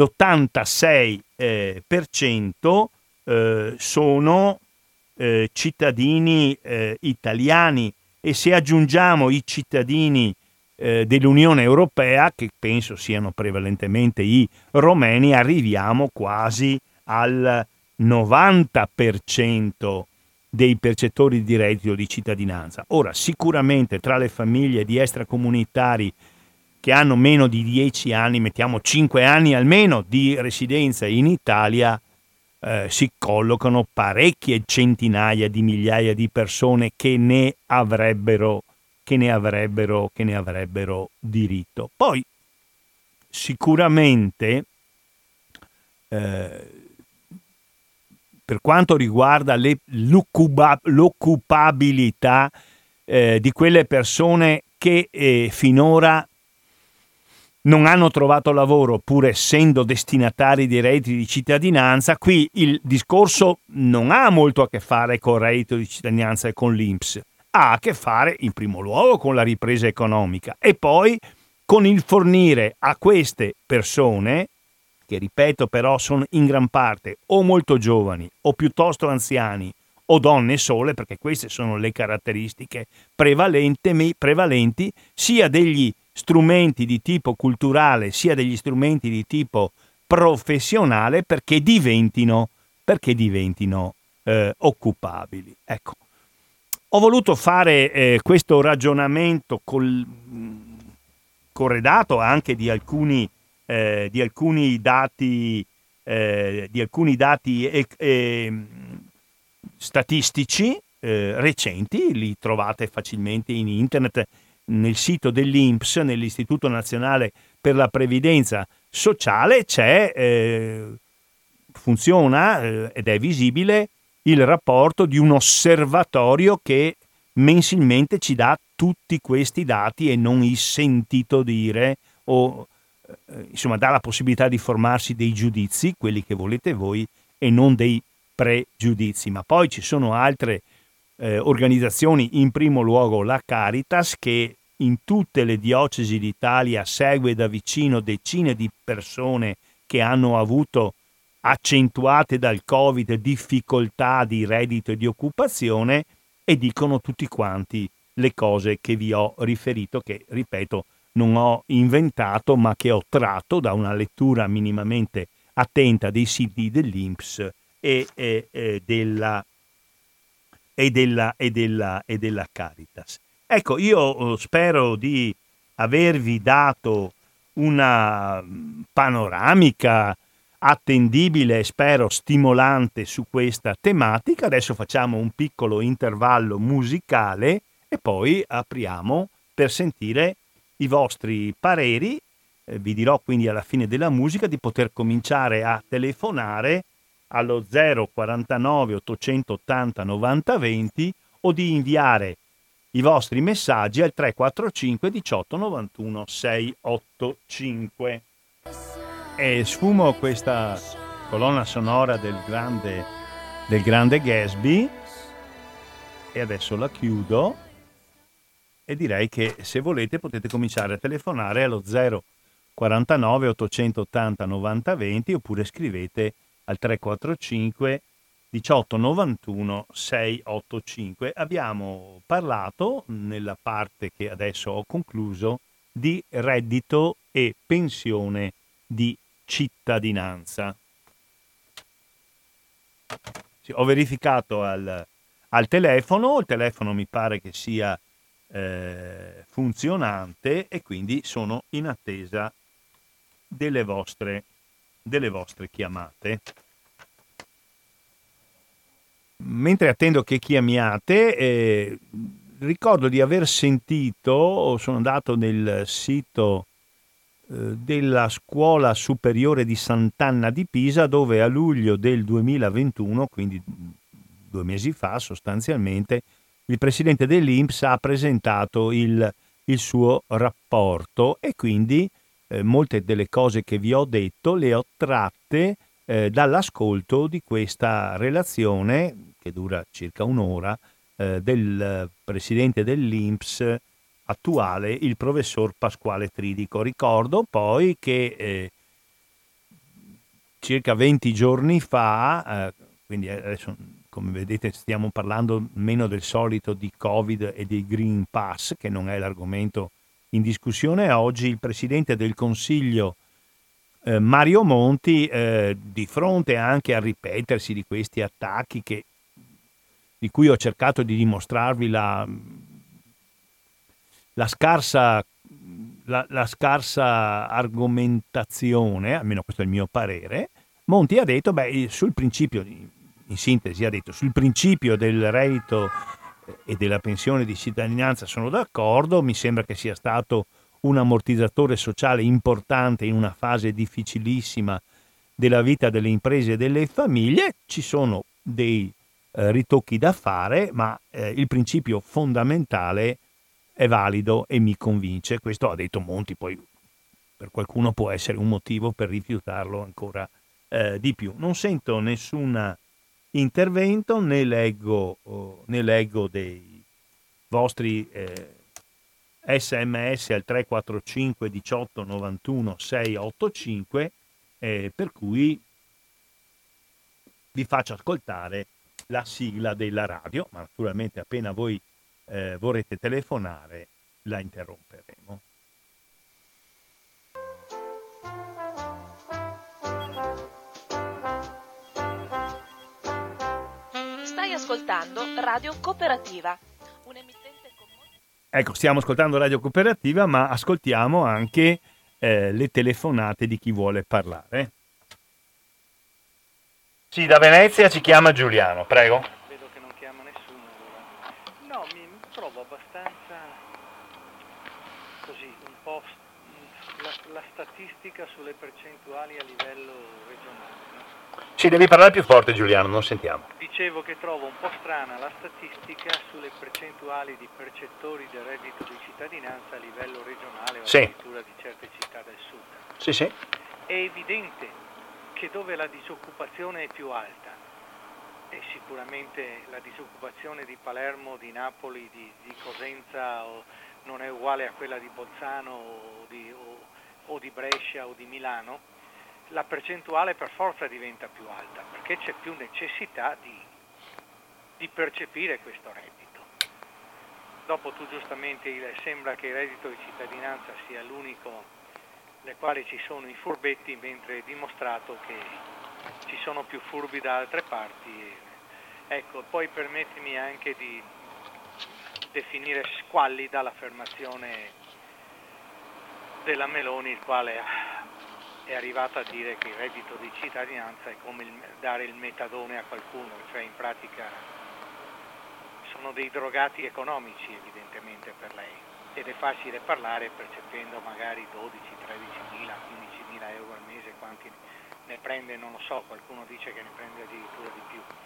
l'86% sono cittadini italiani, e se aggiungiamo i cittadini dell'Unione Europea, che penso siano prevalentemente i romeni, arriviamo quasi al 90% dei percettori di reddito di cittadinanza. Ora, sicuramente tra le famiglie di extracomunitari che hanno meno di 10 anni, mettiamo 5 anni almeno di residenza in Italia, si collocano parecchie centinaia di migliaia di persone che ne avrebbero diritto. Poi sicuramente per quanto riguarda l'occupabilità di quelle persone che finora non hanno trovato lavoro pur essendo destinatari di redditi di cittadinanza, qui il discorso non ha molto a che fare con il reddito di cittadinanza e con l'INPS, ha a che fare in primo luogo con la ripresa economica e poi con il fornire a queste persone, che ripeto però sono in gran parte o molto giovani o piuttosto anziani o donne sole, perché queste sono le caratteristiche prevalenti, sia degli strumenti di tipo culturale sia degli strumenti di tipo professionale perché diventino occupabili. Ecco, ho voluto fare questo ragionamento corredato anche di alcuni dati statistici recenti, li trovate facilmente in internet nel sito dell'INPS, nell'Istituto Nazionale per la Previdenza Sociale, funziona ed è visibile il rapporto di un osservatorio che mensilmente ci dà tutti questi dati e non il sentito dire o insomma dà la possibilità di formarsi dei giudizi, quelli che volete voi, e non dei pregiudizi. Ma poi ci sono altre organizzazioni, in primo luogo la Caritas, che in tutte le diocesi d'Italia segue da vicino decine di persone che hanno avuto, accentuate dal Covid, difficoltà di reddito e di occupazione, e dicono tutti quanti le cose che vi ho riferito, che ripeto non ho inventato ma che ho tratto da una lettura minimamente attenta dei siti dell'INPS e della Caritas. Ecco, io spero di avervi dato una panoramica attendibile e spero stimolante su questa tematica. Adesso facciamo un piccolo intervallo musicale e poi apriamo per sentire i vostri pareri. Vi dirò quindi alla fine della musica di poter cominciare a telefonare allo 049 880 90 20 o di inviare i vostri messaggi al 345 18 91 685. E sfumo questa colonna sonora del grande Gatsby e adesso la chiudo e direi che se volete potete cominciare a telefonare allo 049 880 90 20 oppure scrivete al 345 18 91 685. Abbiamo parlato nella parte che adesso ho concluso di reddito e pensione di cittadinanza. Sì, ho verificato al telefono, il telefono mi pare che sia funzionante e quindi sono in attesa delle vostre chiamate. Mentre attendo che chiamiate, ricordo di aver sentito, sono andato nel sito della Scuola Superiore di Sant'Anna di Pisa, dove a luglio del 2021, quindi 2 mesi fa sostanzialmente, il presidente dell'INPS ha presentato il suo rapporto e quindi molte delle cose che vi ho detto le ho tratte dall'ascolto di questa relazione, che dura circa un'ora, del presidente dell'INPS attuale, il professor Pasquale Tridico. Ricordo poi che circa 20 giorni fa, quindi adesso come vedete stiamo parlando meno del solito di Covid e di Green Pass, che non è l'argomento in discussione, oggi il Presidente del Consiglio Mario Monti, di fronte anche al ripetersi di questi attacchi di cui ho cercato di dimostrarvi la scarsa argomentazione, almeno questo è il mio parere, Monti ha detto, sul principio, in sintesi ha detto, sul principio del reddito e della pensione di cittadinanza sono d'accordo, mi sembra che sia stato un ammortizzatore sociale importante in una fase difficilissima della vita delle imprese e delle famiglie, ci sono dei ritocchi da fare, ma il principio fondamentale è valido e mi convince. Questo ha detto Monti, poi per qualcuno può essere un motivo per rifiutarlo ancora di più. Non sento nessun intervento, né leggo dei vostri SMS al 345 18 91 685, per cui vi faccio ascoltare la sigla della radio, ma naturalmente appena voi vorrete telefonare la interromperemo. Stai ascoltando Radio Cooperativa, un'emittente con... Ecco, stiamo ascoltando Radio Cooperativa, ma ascoltiamo anche le telefonate di chi vuole parlare. Sì, da Venezia ci chiama Giuliano, prego. Vedo che non chiama nessuno allora. No, mi trovo abbastanza così, un po' la statistica sulle percentuali a livello regionale, no? Sì, devi parlare più forte Giuliano, non sentiamo. Dicevo che trovo un po' strana la statistica sulle percentuali di percettori del reddito di cittadinanza a livello regionale o addirittura di certe città del sud. Sì, sì. È evidente che dove la disoccupazione è più alta, e sicuramente la disoccupazione di Palermo, di Napoli, di Cosenza non è uguale a quella di Bolzano o di Brescia o di Milano, la percentuale per forza diventa più alta, perché c'è più necessità di percepire questo reddito. Dopo tu giustamente sembra che il reddito di cittadinanza sia l'unico nel quale ci sono i furbetti, mentre è dimostrato che ci sono più furbi da altre parti. Ecco, poi permettimi anche di definire squallida l'affermazione della Meloni, il quale è arrivata a dire che il reddito di cittadinanza è come dare il metadone a qualcuno, cioè in pratica sono dei drogati economici evidentemente per lei, ed è facile parlare percependo magari 12, 13 mila, 15 mila euro al mese, quanti ne prende non lo so, qualcuno dice che ne prende addirittura di più.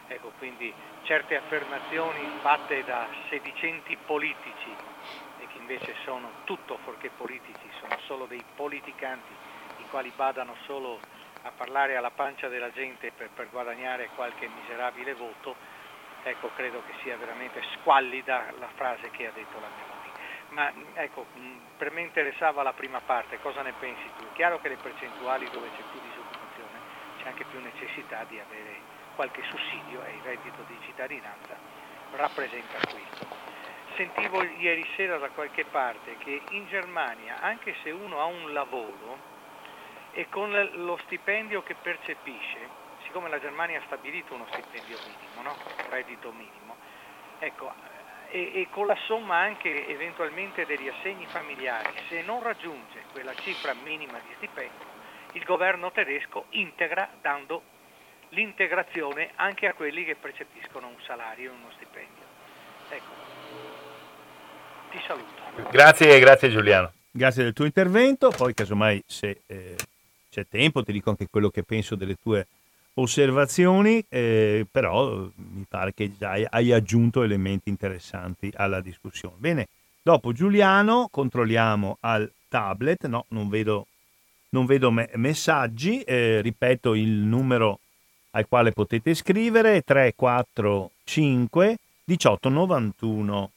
Ecco, quindi certe affermazioni fatte da sedicenti politici e che invece sono tutto fuorché politici, sono solo dei politicanti i quali badano solo a parlare alla pancia della gente per guadagnare qualche miserabile voto. Ecco, credo che sia veramente squallida la frase che ha detto la Meloni. Ma ecco, per me interessava la prima parte, cosa ne pensi tu? È chiaro che le percentuali dove c'è più disoccupazione c'è anche più necessità di avere qualche sussidio e il reddito di cittadinanza rappresenta questo. Sentivo ieri sera da qualche parte che in Germania, anche se uno ha un lavoro e con lo stipendio che percepisce, siccome la Germania ha stabilito uno stipendio minimo, no? Reddito minimo, ecco, e con la somma anche eventualmente degli assegni familiari, se non raggiunge quella cifra minima di stipendio, il governo tedesco integra dando l'integrazione anche a quelli che percepiscono un salario e uno stipendio. Ecco, ti saluto. Grazie Giuliano. Grazie del tuo intervento, poi casomai se c'è tempo ti dico anche quello che penso delle tue osservazioni, però mi pare che già hai aggiunto elementi interessanti alla discussione. Bene, dopo Giuliano controlliamo al tablet, no, non vedo messaggi, ripeto il numero al quale potete scrivere: 345 18 91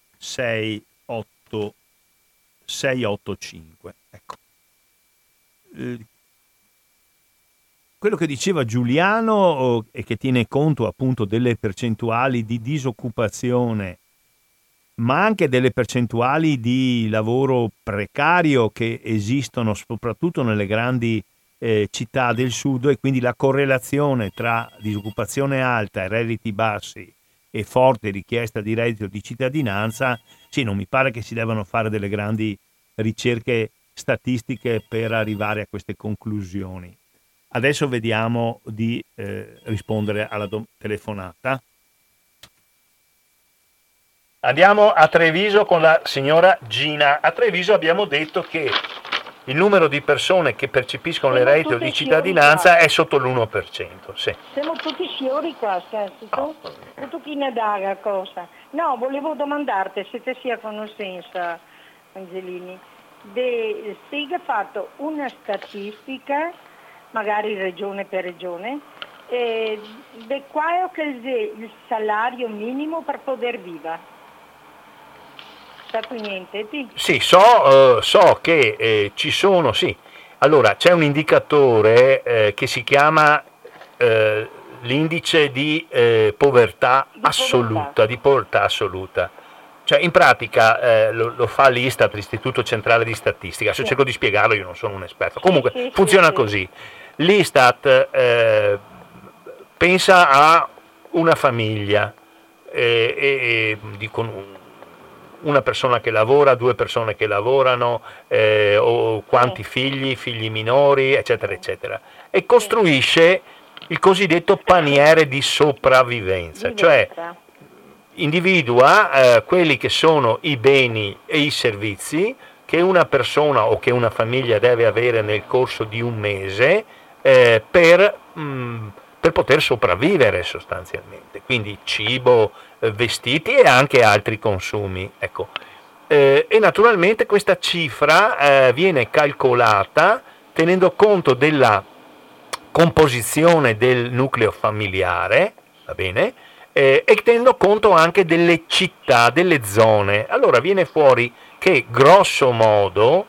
685. Ecco. Quello che diceva Giuliano e che tiene conto appunto delle percentuali di disoccupazione, ma anche delle percentuali di lavoro precario che esistono soprattutto nelle grandi città del sud, e quindi la correlazione tra disoccupazione alta e redditi bassi e forte richiesta di reddito di cittadinanza, sì, non mi pare che si debbano fare delle grandi ricerche statistiche per arrivare a queste conclusioni. Adesso vediamo di rispondere alla telefonata. Andiamo a Treviso con la signora Gina. A Treviso abbiamo detto che il numero di persone che percepiscono le reddito di cittadinanza è sotto l'1%. Sì. Siamo tutti fiori qua, scherzo. Tutto chi ne dà cosa. No, volevo domandarti se te sia conoscenza, Angelini, se hai fatto una statistica, magari regione per regione, di qual è il salario minimo per poter vivere. Niente, sì, so che ci sono, sì. Allora, c'è un indicatore che si chiama l'indice di povertà assoluta. Cioè, in pratica lo fa l'Istat, l'Istituto Centrale di Statistica. Se cerco di spiegarlo, io non sono un esperto. Comunque, funziona così. L'Istat pensa a una famiglia con una persona che lavora, 2 persone che lavorano, o quanti figli minori, eccetera, eccetera, e costruisce il cosiddetto paniere di sopravvivenza, cioè individua quelli che sono i beni e i servizi che una persona o che una famiglia deve avere nel corso di un mese per poter sopravvivere sostanzialmente, quindi cibo, vestiti e anche altri consumi. Ecco. E naturalmente questa cifra viene calcolata tenendo conto della composizione del nucleo familiare, va bene? E tenendo conto anche delle città, delle zone. Allora viene fuori che grosso modo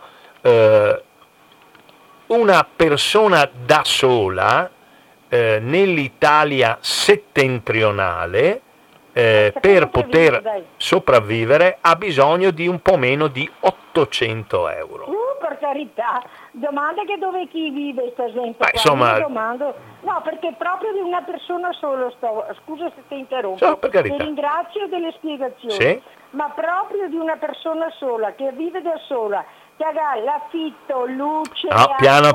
una persona da sola nell'Italia settentrionale per poter sopravvivere ha bisogno di un po' meno di 800 euro. Per carità, domanda che dove chi vive, per esempio. Beh, insomma, no, perché proprio di una persona sola scusa se ti interrompo, no, per carità. Ti ringrazio delle spiegazioni, sì? Ma proprio di una persona sola che vive da sola, che ha l'affitto, luce, no, piano.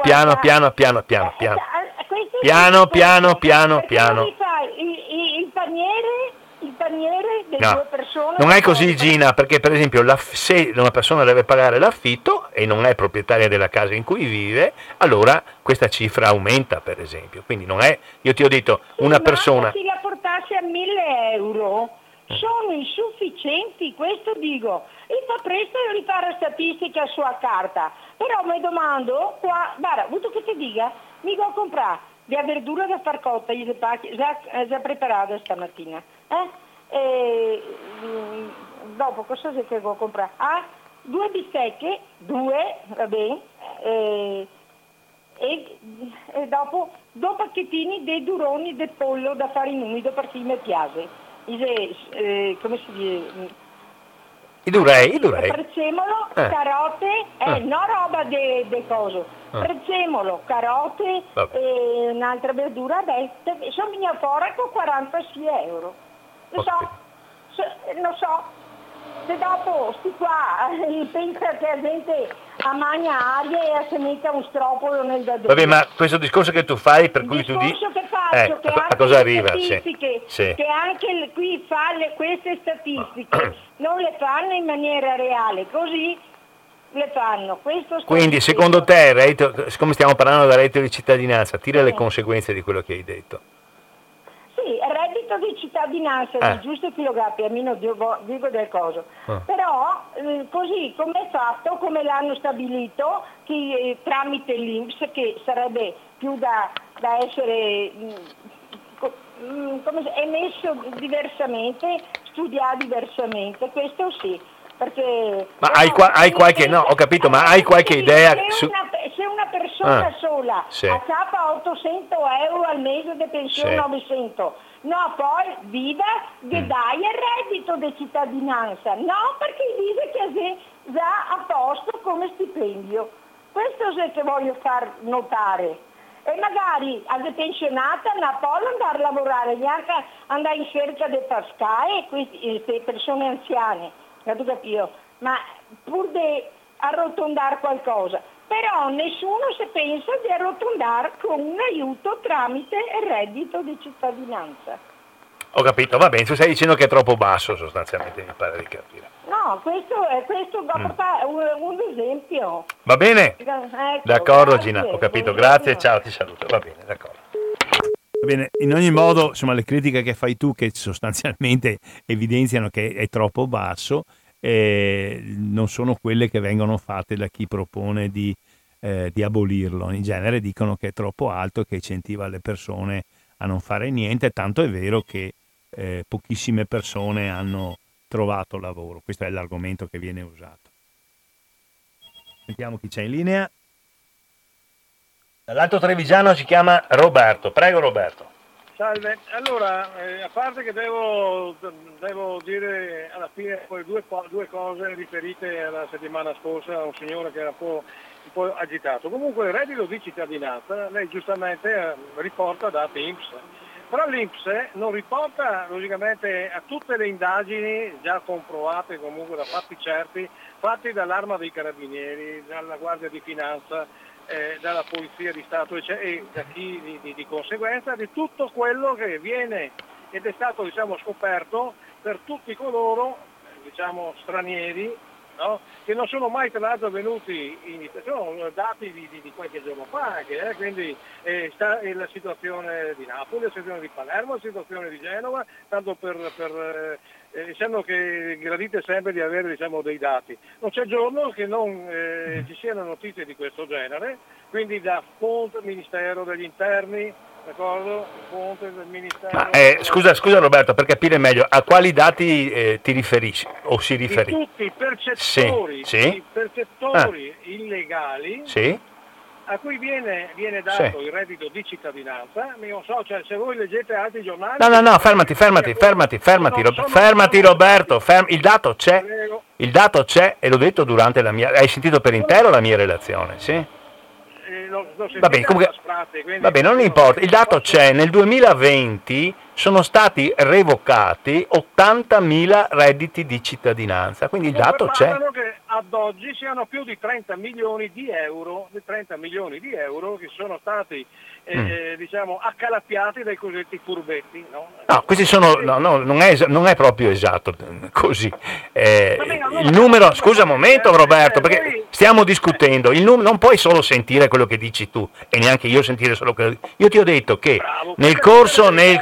Il paniere delle due persone. Non è così, Gina, perché per esempio se una persona deve pagare l'affitto e non è proprietaria della casa in cui vive, allora questa cifra aumenta, per esempio. Quindi non è, io ti ho detto, una persona. Se la portassi anche a 1.000 euro sono insufficienti, questo dico. E fa presto a rifare statistica sulla carta, però mi domando, qua, guarda, avuto che ti dica, mi devo comprare la verdura da far cotta, già preparata stamattina, dopo cosa c'è che devo comprare? 2 bistecche, va bene, e dopo 2 pacchettini dei duroni del pollo da fare in umido perché mi piace. Come si dice? I durei. Prezzemolo, carote, no roba de coso. Prezzemolo, carote e un'altra verdura, sono venuta fuori con 46 euro. Non so. Se dopo sti qua pensa che la gente ammagna aria e si mette un stropolo nel dadero. Vabbè, ma questo discorso che tu fai, per cui tu dici... Il discorso che faccio, che a anche cosa le arriva? statistiche, Sì. che anche qui fa queste statistiche, non le fanno in maniera reale, così le fanno. Quindi, secondo te, siccome stiamo parlando del reddito di cittadinanza, tira le conseguenze di quello che hai detto. Sì, il reddito di cittadinanza è giusto chilografi, a me non dico delle cose, però così come è fatto, come l'hanno stabilito, che, tramite l'INPS, che sarebbe più da essere emesso diversamente, studiato diversamente, questo sì. Perché ma hai qualche no, ho capito, ma hai qualche idea se una persona sola sì. accappa 800 euro al mese di pensione, 900, no, poi viva che dai il reddito di cittadinanza, no, perché dice che è già a posto come stipendio. Questo è che voglio far notare. E magari alle pensionate non può andare a lavorare, neanche andare in cerca di Pascai e queste persone anziane. Ma pur di arrotondare qualcosa, però nessuno si pensa di arrotondare con un aiuto tramite il reddito di cittadinanza. Ho capito, va bene, tu stai dicendo che è troppo basso sostanzialmente, mi pare di capire. No, questo è un esempio. Va bene? D'accordo, grazie. Gina, ho capito, grazie, ciao, ti saluto, va bene, d'accordo. Bene, in ogni modo, insomma, le critiche che fai tu, che sostanzialmente evidenziano che è troppo basso, non sono quelle che vengono fatte da chi propone di abolirlo. In genere dicono che è troppo alto e che incentiva le persone a non fare niente, tanto è vero che pochissime persone hanno trovato lavoro. Questo è l'argomento che viene usato. Sentiamo chi c'è in linea. Dall'Alto Trevigiano si chiama Roberto. Prego, Roberto. Salve, allora, a parte che devo dire alla fine poi due cose riferite alla settimana scorsa a un signore che era un po' agitato. Comunque il reddito di cittadinanza, lei giustamente riporta dati INPS, però l'INPS non riporta logicamente a tutte le indagini già comprovate comunque da fatti certi, fatti dall'Arma dei Carabinieri, dalla Guardia di Finanza, dalla Polizia di Stato e da chi di conseguenza, di tutto quello che viene ed è stato scoperto per tutti coloro stranieri, no? Che non sono mai tra l'altro venuti in Italia, sono dati di qualche giorno fa anche, quindi sta la situazione di Napoli, la situazione di Palermo, la situazione di Genova, tanto per diciamo che gradite sempre di avere dei dati. Non c'è giorno che non ci siano notizie di questo genere, quindi da fonte Ministero degli Interni, d'accordo? Fonte del Ministero... Scusa Roberto, per capire meglio, a quali dati ti riferisci o si riferisce? Di tutti i percettori, sì. Illegali, sì. A cui viene dato il reddito di cittadinanza. Non so, se voi leggete altri giornali... No, fermati, Roberto, il dato c'è, Prego. Il dato c'è e l'ho detto durante la mia... Hai sentito per intero la mia relazione, sì? Va bene, comunque, non importa, il dato c'è, nel 2020 sono stati revocati 80.000 redditi di cittadinanza, quindi il dato c'è. Parlano che ad oggi siano più di 30 milioni di euro che sono stati accalappiati dai cosiddetti furbetti, no? No, questi sono, non è proprio esatto così. Il numero, scusa un momento Roberto, perché stiamo discutendo, non puoi solo sentire quello che dici tu e neanche io sentire solo quello. Io ti ho detto che nel corso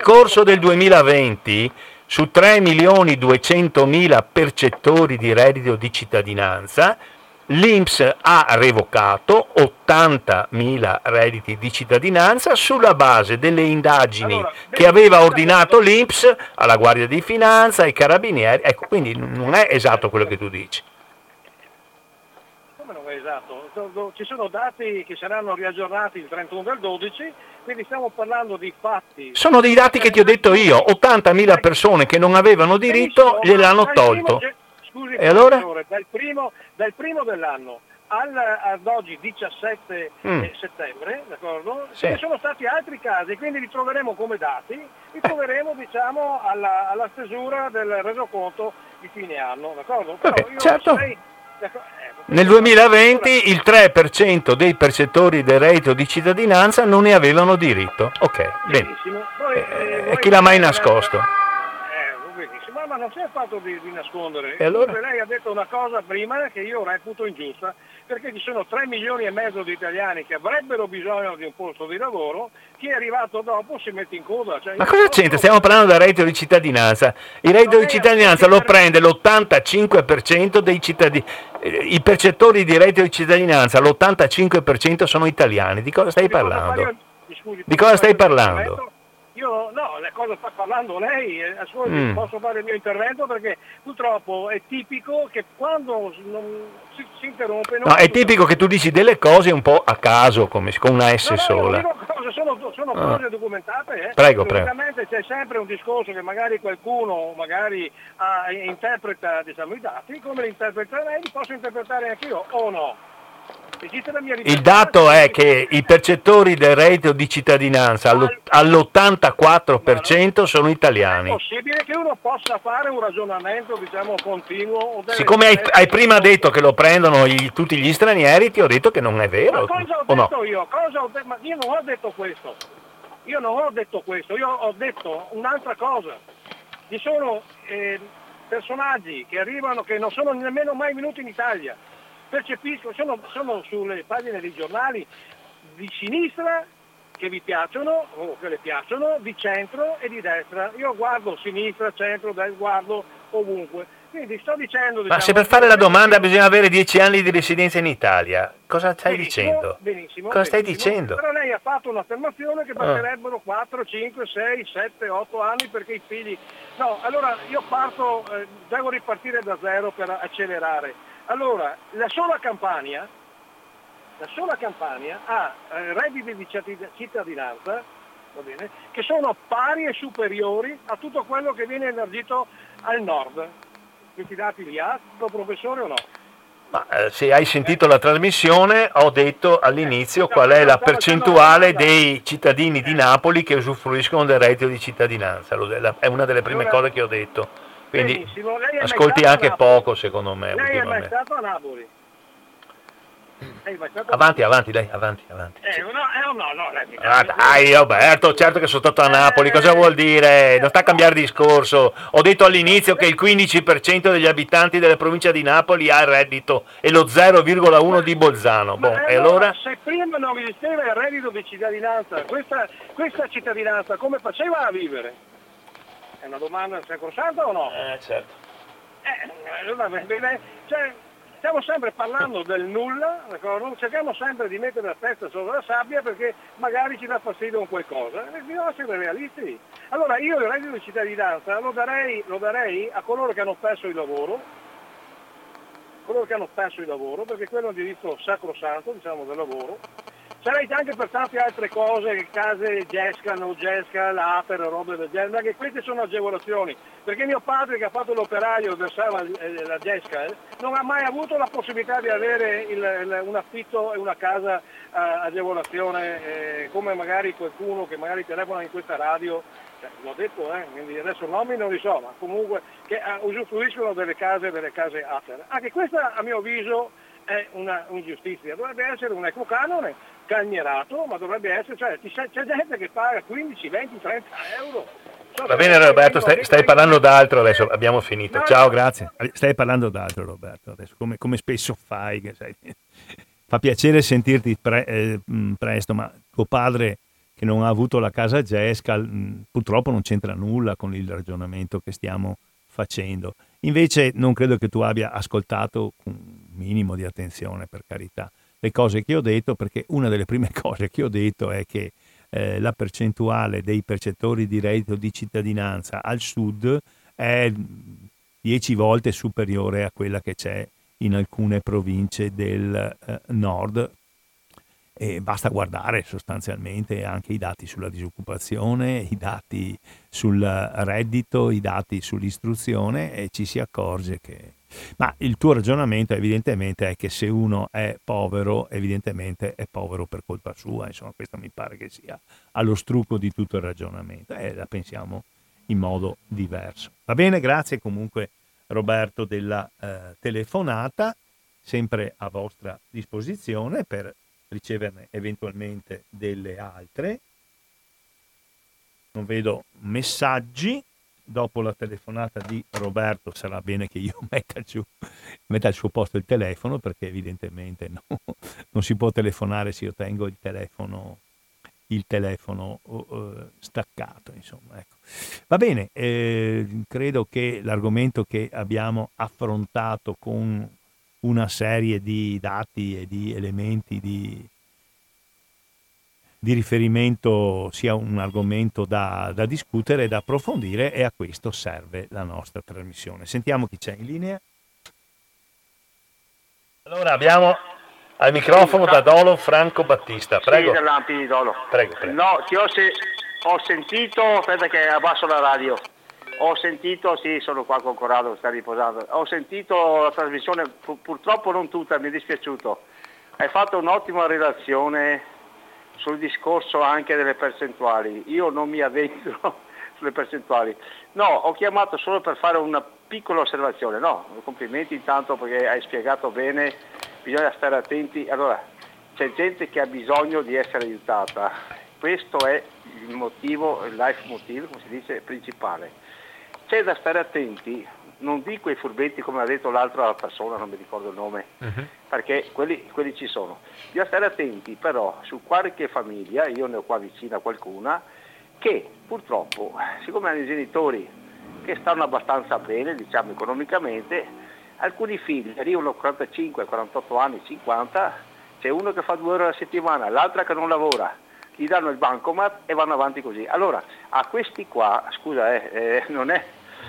marzo del 2020 su 3.200.000 percettori di reddito di cittadinanza, l'INPS ha revocato 80.000 redditi di cittadinanza sulla base delle indagini che aveva ordinato l'INPS alla Guardia di Finanza, ai Carabinieri. Ecco, quindi non è esatto quello che tu dici. Come non è esatto? Ci sono dati che saranno riaggiornati il 31 del 12, quindi stiamo parlando di fatti. Sono dei dati che ti ho detto io, 80.000 persone che non avevano diritto gliel'hanno tolto. Scusi, e allora? Dal primo dell'anno ad oggi 17 settembre, d'accordo? Sì. Ci sono stati altri casi, quindi li troveremo come dati, li troveremo diciamo alla stesura del resoconto di fine anno, d'accordo? Però io certo. Nel allora, 2020 il 3% dei percettori del reddito di cittadinanza non ne avevano diritto. Ok, bene. E chi l'ha mai nascosto? Benissimo, ma non si è fatto di nascondere. E allora? Lei ha detto una cosa prima che io reputo ingiusta, perché ci sono 3 milioni e mezzo di italiani che avrebbero bisogno di un posto di lavoro, chi è arrivato dopo si mette in coda. Cioè, Ma cosa c'entra? Stiamo parlando del reddito di cittadinanza. Il reddito di cittadinanza lo prende l'85% dei cittadini. I percettori di reddito di cittadinanza, l'85% sono italiani. Di cosa stai parlando? Di cosa stai parlando? Io no, le cose sta parlando lei, ascolti, posso fare il mio intervento perché purtroppo è tipico che quando si interrompe... No, è tipico che tu dici delle cose un po' a caso, come con una S sola. Sono cose documentate. Prego. Ovviamente c'è sempre un discorso che magari qualcuno interpreta diciamo, i dati, come li interpreta lei, li posso interpretare anch'io o no. Il dato è che i percettori del reddito di cittadinanza all'84% sono italiani. È possibile che uno possa fare un ragionamento, diciamo, continuo? Siccome hai prima detto che lo prendono tutti gli stranieri, ti ho detto che non è vero. Ma cosa ho detto io? Ma io non ho detto questo. Io ho detto un'altra cosa. Ci sono personaggi che arrivano che non sono nemmeno mai venuti in Italia. Percepisco, sono sulle pagine dei giornali di sinistra che vi piacciono o che le piacciono, di centro e di destra. Io guardo sinistra, centro, destra, guardo ovunque. Quindi sto dicendo... Ma se per fare la domanda bisogna avere 10 anni di residenza in Italia, cosa stai dicendo? Benissimo. Cosa stai dicendo? Però lei ha fatto un'affermazione che basterebbero 4, 5, 6, 7, 8 anni perché i figli... No, allora io devo ripartire da zero per accelerare. Allora, la sola Campania ha redditi di cittadinanza, va bene, che sono pari e superiori a tutto quello che viene elargito al nord. Questi dati li ha, professore, o no? Ma, se hai sentito la trasmissione, ho detto all'inizio qual è la percentuale dei cittadini di Napoli che usufruiscono del reddito di cittadinanza. È una delle prime cose che ho detto. Quindi ascolti anche poco, secondo me. Lei è mai stato a Napoli? Avanti, dai, avanti. No, dai, Roberto, certo che sono stato a Napoli, cosa vuol dire? Non sta a cambiare discorso. Ho detto all'inizio che il 15% degli abitanti della provincia di Napoli ha il reddito e lo 0,1% di Bolzano. E allora? Se prima non esisteva il reddito di cittadinanza, questa cittadinanza come faceva a vivere? È una domanda sacrosanta o no? Certo. Cioè, stiamo sempre parlando del nulla, d'accordo? Cerchiamo sempre di mettere la testa sopra la sabbia perché magari ci dà fastidio un qualcosa. Bisogna essere realisti. Allora io il reddito di cittadinanza lo darei a coloro che hanno perso il lavoro, perché quello è un diritto sacrosanto, diciamo, del lavoro. Sarei anche per tante altre cose, case Gesca, no Gesca, l'Aper, robe del genere, ma che queste sono agevolazioni, perché mio padre che ha fatto l'operaio versava la Gesca, non ha mai avuto la possibilità di avere un affitto e una casa agevolazione, come magari qualcuno che magari telefona in questa radio, l'ho detto, quindi adesso nomi non li so, ma comunque che usufruiscono delle case Aper. Anche questa a mio avviso è una ingiustizia, dovrebbe essere un equo canone calmierato, ma dovrebbe essere, cioè c'è gente che paga 15, 20, 30 euro. Va bene Roberto, stai parlando d'altro adesso, abbiamo finito. Ciao, grazie. Stai parlando d'altro Roberto, adesso come spesso fai, che sai. Fa piacere sentirti presto, ma tuo padre che non ha avuto la casa Gesca, purtroppo non c'entra nulla con il ragionamento che stiamo facendo. Invece non credo che tu abbia ascoltato con un minimo di attenzione, per carità, le cose che ho detto, perché una delle prime cose che ho detto è che la percentuale dei percettori di reddito di cittadinanza al sud è 10 volte superiore a quella che c'è in alcune province del nord. E basta guardare sostanzialmente anche i dati sulla disoccupazione, i dati sul reddito, i dati sull'istruzione, e ci si accorge che... Ma il tuo ragionamento evidentemente è che se uno è povero, evidentemente è povero per colpa sua, insomma questo mi pare che sia allo strucco di tutto il ragionamento, e la pensiamo in modo diverso. Va bene, grazie comunque Roberto della telefonata, sempre a vostra disposizione per riceverne eventualmente delle altre. Non vedo messaggi. Dopo la telefonata di Roberto sarà bene che io metta al suo posto il telefono, perché evidentemente non si può telefonare se io tengo il telefono staccato, insomma, ecco. Va bene, credo che l'argomento che abbiamo affrontato con una serie di dati e di elementi di riferimento sia un argomento da discutere e da approfondire, e a questo serve la nostra trasmissione. Sentiamo chi c'è in linea. Allora abbiamo al microfono da Dolo Franco Battista, prego. Sì, dell'Ampi di Dolo. Prego. No, ho sentito, aspetta che abbasso la radio. Ho sentito, sì, sono qua con Corrado, sta riposando. Ho sentito la trasmissione, purtroppo non tutta, mi è dispiaciuto. Hai fatto un'ottima relazione sul discorso anche delle percentuali. Io non mi addentro sulle percentuali. No, ho chiamato solo per fare una piccola osservazione. No, complimenti intanto perché hai spiegato bene, bisogna stare attenti. Allora, c'è gente che ha bisogno di essere aiutata. Questo è il motivo, il life motive, come si dice, principale. C'è da stare attenti, non dico i furbetti come ha detto l'altra persona, non mi ricordo il nome, perché quelli ci sono. Bisogna stare attenti però su qualche famiglia, io ne ho qua vicina qualcuna, che purtroppo, siccome hanno i genitori che stanno abbastanza bene, diciamo economicamente, alcuni figli arrivano a 45, 48 anni, 50, c'è uno che fa 2 ore alla settimana, l'altra che non lavora, gli danno il bancomat e vanno avanti così. Allora, a questi qua, scusa, non è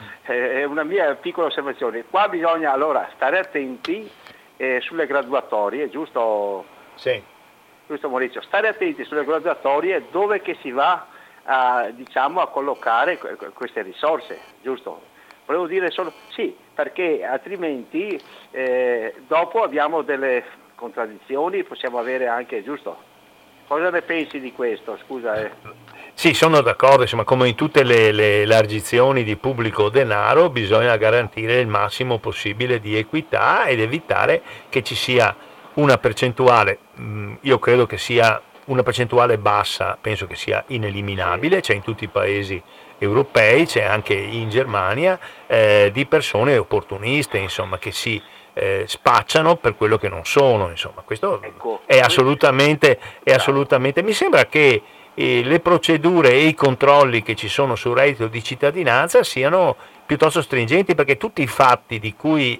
una mia piccola osservazione, qua bisogna allora stare attenti sulle graduatorie, giusto? Sì. Giusto Maurizio, stare attenti sulle graduatorie dove che si va a collocare queste risorse, giusto? Volevo dire solo sì, perché altrimenti dopo abbiamo delle contraddizioni, possiamo avere anche, giusto? Cosa ne pensi di questo? Scusa. Sì, sono d'accordo, insomma, come in tutte le elargizioni di pubblico denaro bisogna garantire il massimo possibile di equità ed evitare che ci sia una percentuale, io credo che sia una percentuale bassa, penso che sia ineliminabile, c'è in tutti i paesi europei, c'è anche in Germania, di persone opportuniste, insomma, che si spacciano per quello che non sono, insomma, questo è assolutamente, mi sembra che le procedure e i controlli che ci sono sul reddito di cittadinanza siano piuttosto stringenti, perché tutti i fatti di cui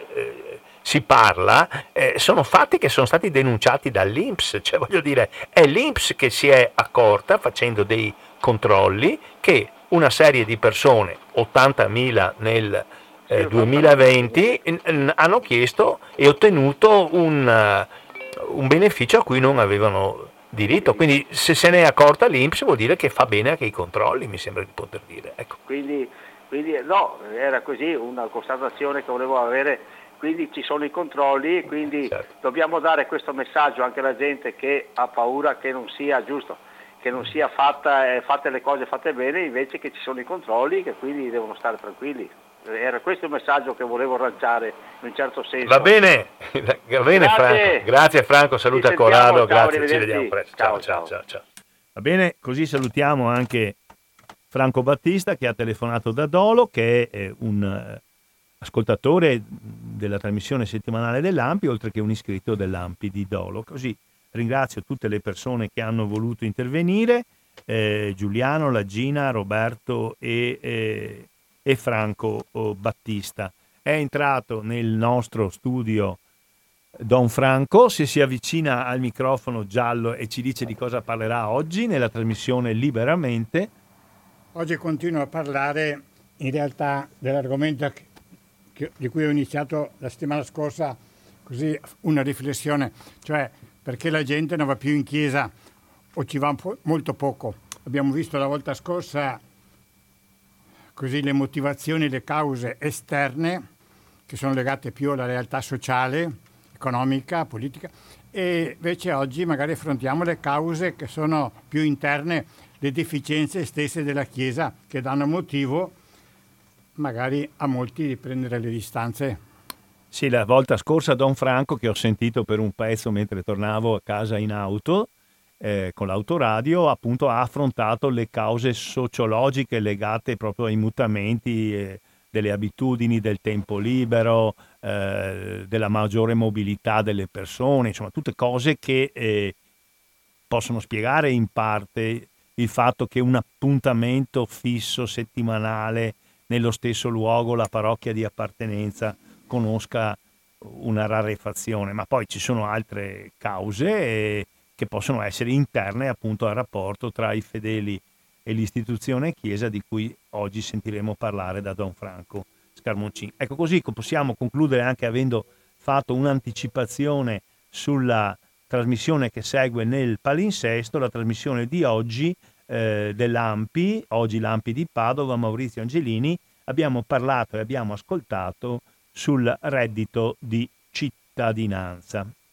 si parla sono fatti che sono stati denunciati dall'INPS, cioè voglio dire, è l'INPS che si è accorta facendo dei controlli che una serie di persone, 80.000 nel 2020, hanno chiesto e ottenuto un beneficio a cui non avevano diritto, quindi se ne è accorta l'INPS vuol dire che fa bene anche i controlli, mi sembra di poter dire, ecco. Quindi no, era così una constatazione che volevo avere, quindi ci sono i controlli, quindi certo. Dobbiamo dare questo messaggio anche alla gente che ha paura che non sia giusto, che non sia fatte le cose fatte bene, invece che ci sono i controlli, che quindi devono stare tranquilli. Era questo il messaggio che volevo lanciare in un certo senso. Va bene grazie. Franco. Grazie Franco, saluta Corrado, grazie, ci vediamo presto. Ciao. Va bene, così salutiamo anche Franco Battista che ha telefonato da Dolo, che è un ascoltatore della trasmissione settimanale dell'Ampi, oltre che un iscritto dell'Ampi di Dolo. Così ringrazio tutte le persone che hanno voluto intervenire Giuliano, la Gina, Roberto e Franco Battista. È entrato nel nostro studio Don Franco, se si avvicina al microfono giallo e ci dice di cosa parlerà oggi nella trasmissione Liberamente. Oggi continuo a parlare in realtà dell'argomento di cui ho iniziato la settimana scorsa, così una riflessione, cioè perché la gente non va più in chiesa o ci va molto poco. Abbiamo visto la volta scorsa così le motivazioni, le cause esterne che sono legate più alla realtà sociale, economica, politica, e invece oggi magari affrontiamo le cause che sono più interne, le deficienze stesse della Chiesa, che danno motivo magari a molti di prendere le distanze. Sì, la volta scorsa Don Franco, che ho sentito per un pezzo mentre tornavo a casa in auto con l'autoradio, appunto ha affrontato le cause sociologiche legate proprio ai mutamenti delle abitudini, del tempo libero, della maggiore mobilità delle persone, insomma tutte cose che possono spiegare in parte il fatto che un appuntamento fisso settimanale nello stesso luogo, la parrocchia di appartenenza, conosca una rarefazione, ma poi ci sono altre cause che possono essere interne appunto al rapporto tra i fedeli e l'istituzione Chiesa, di cui oggi sentiremo parlare da Don Franco Scarmoncin. Ecco, così possiamo concludere anche avendo fatto un'anticipazione sulla trasmissione che segue nel palinsesto, la trasmissione di oggi dell'Ampi, oggi l'Ampi di Padova, Maurizio Angelini. Abbiamo parlato e abbiamo ascoltato sul reddito di cittadinanza.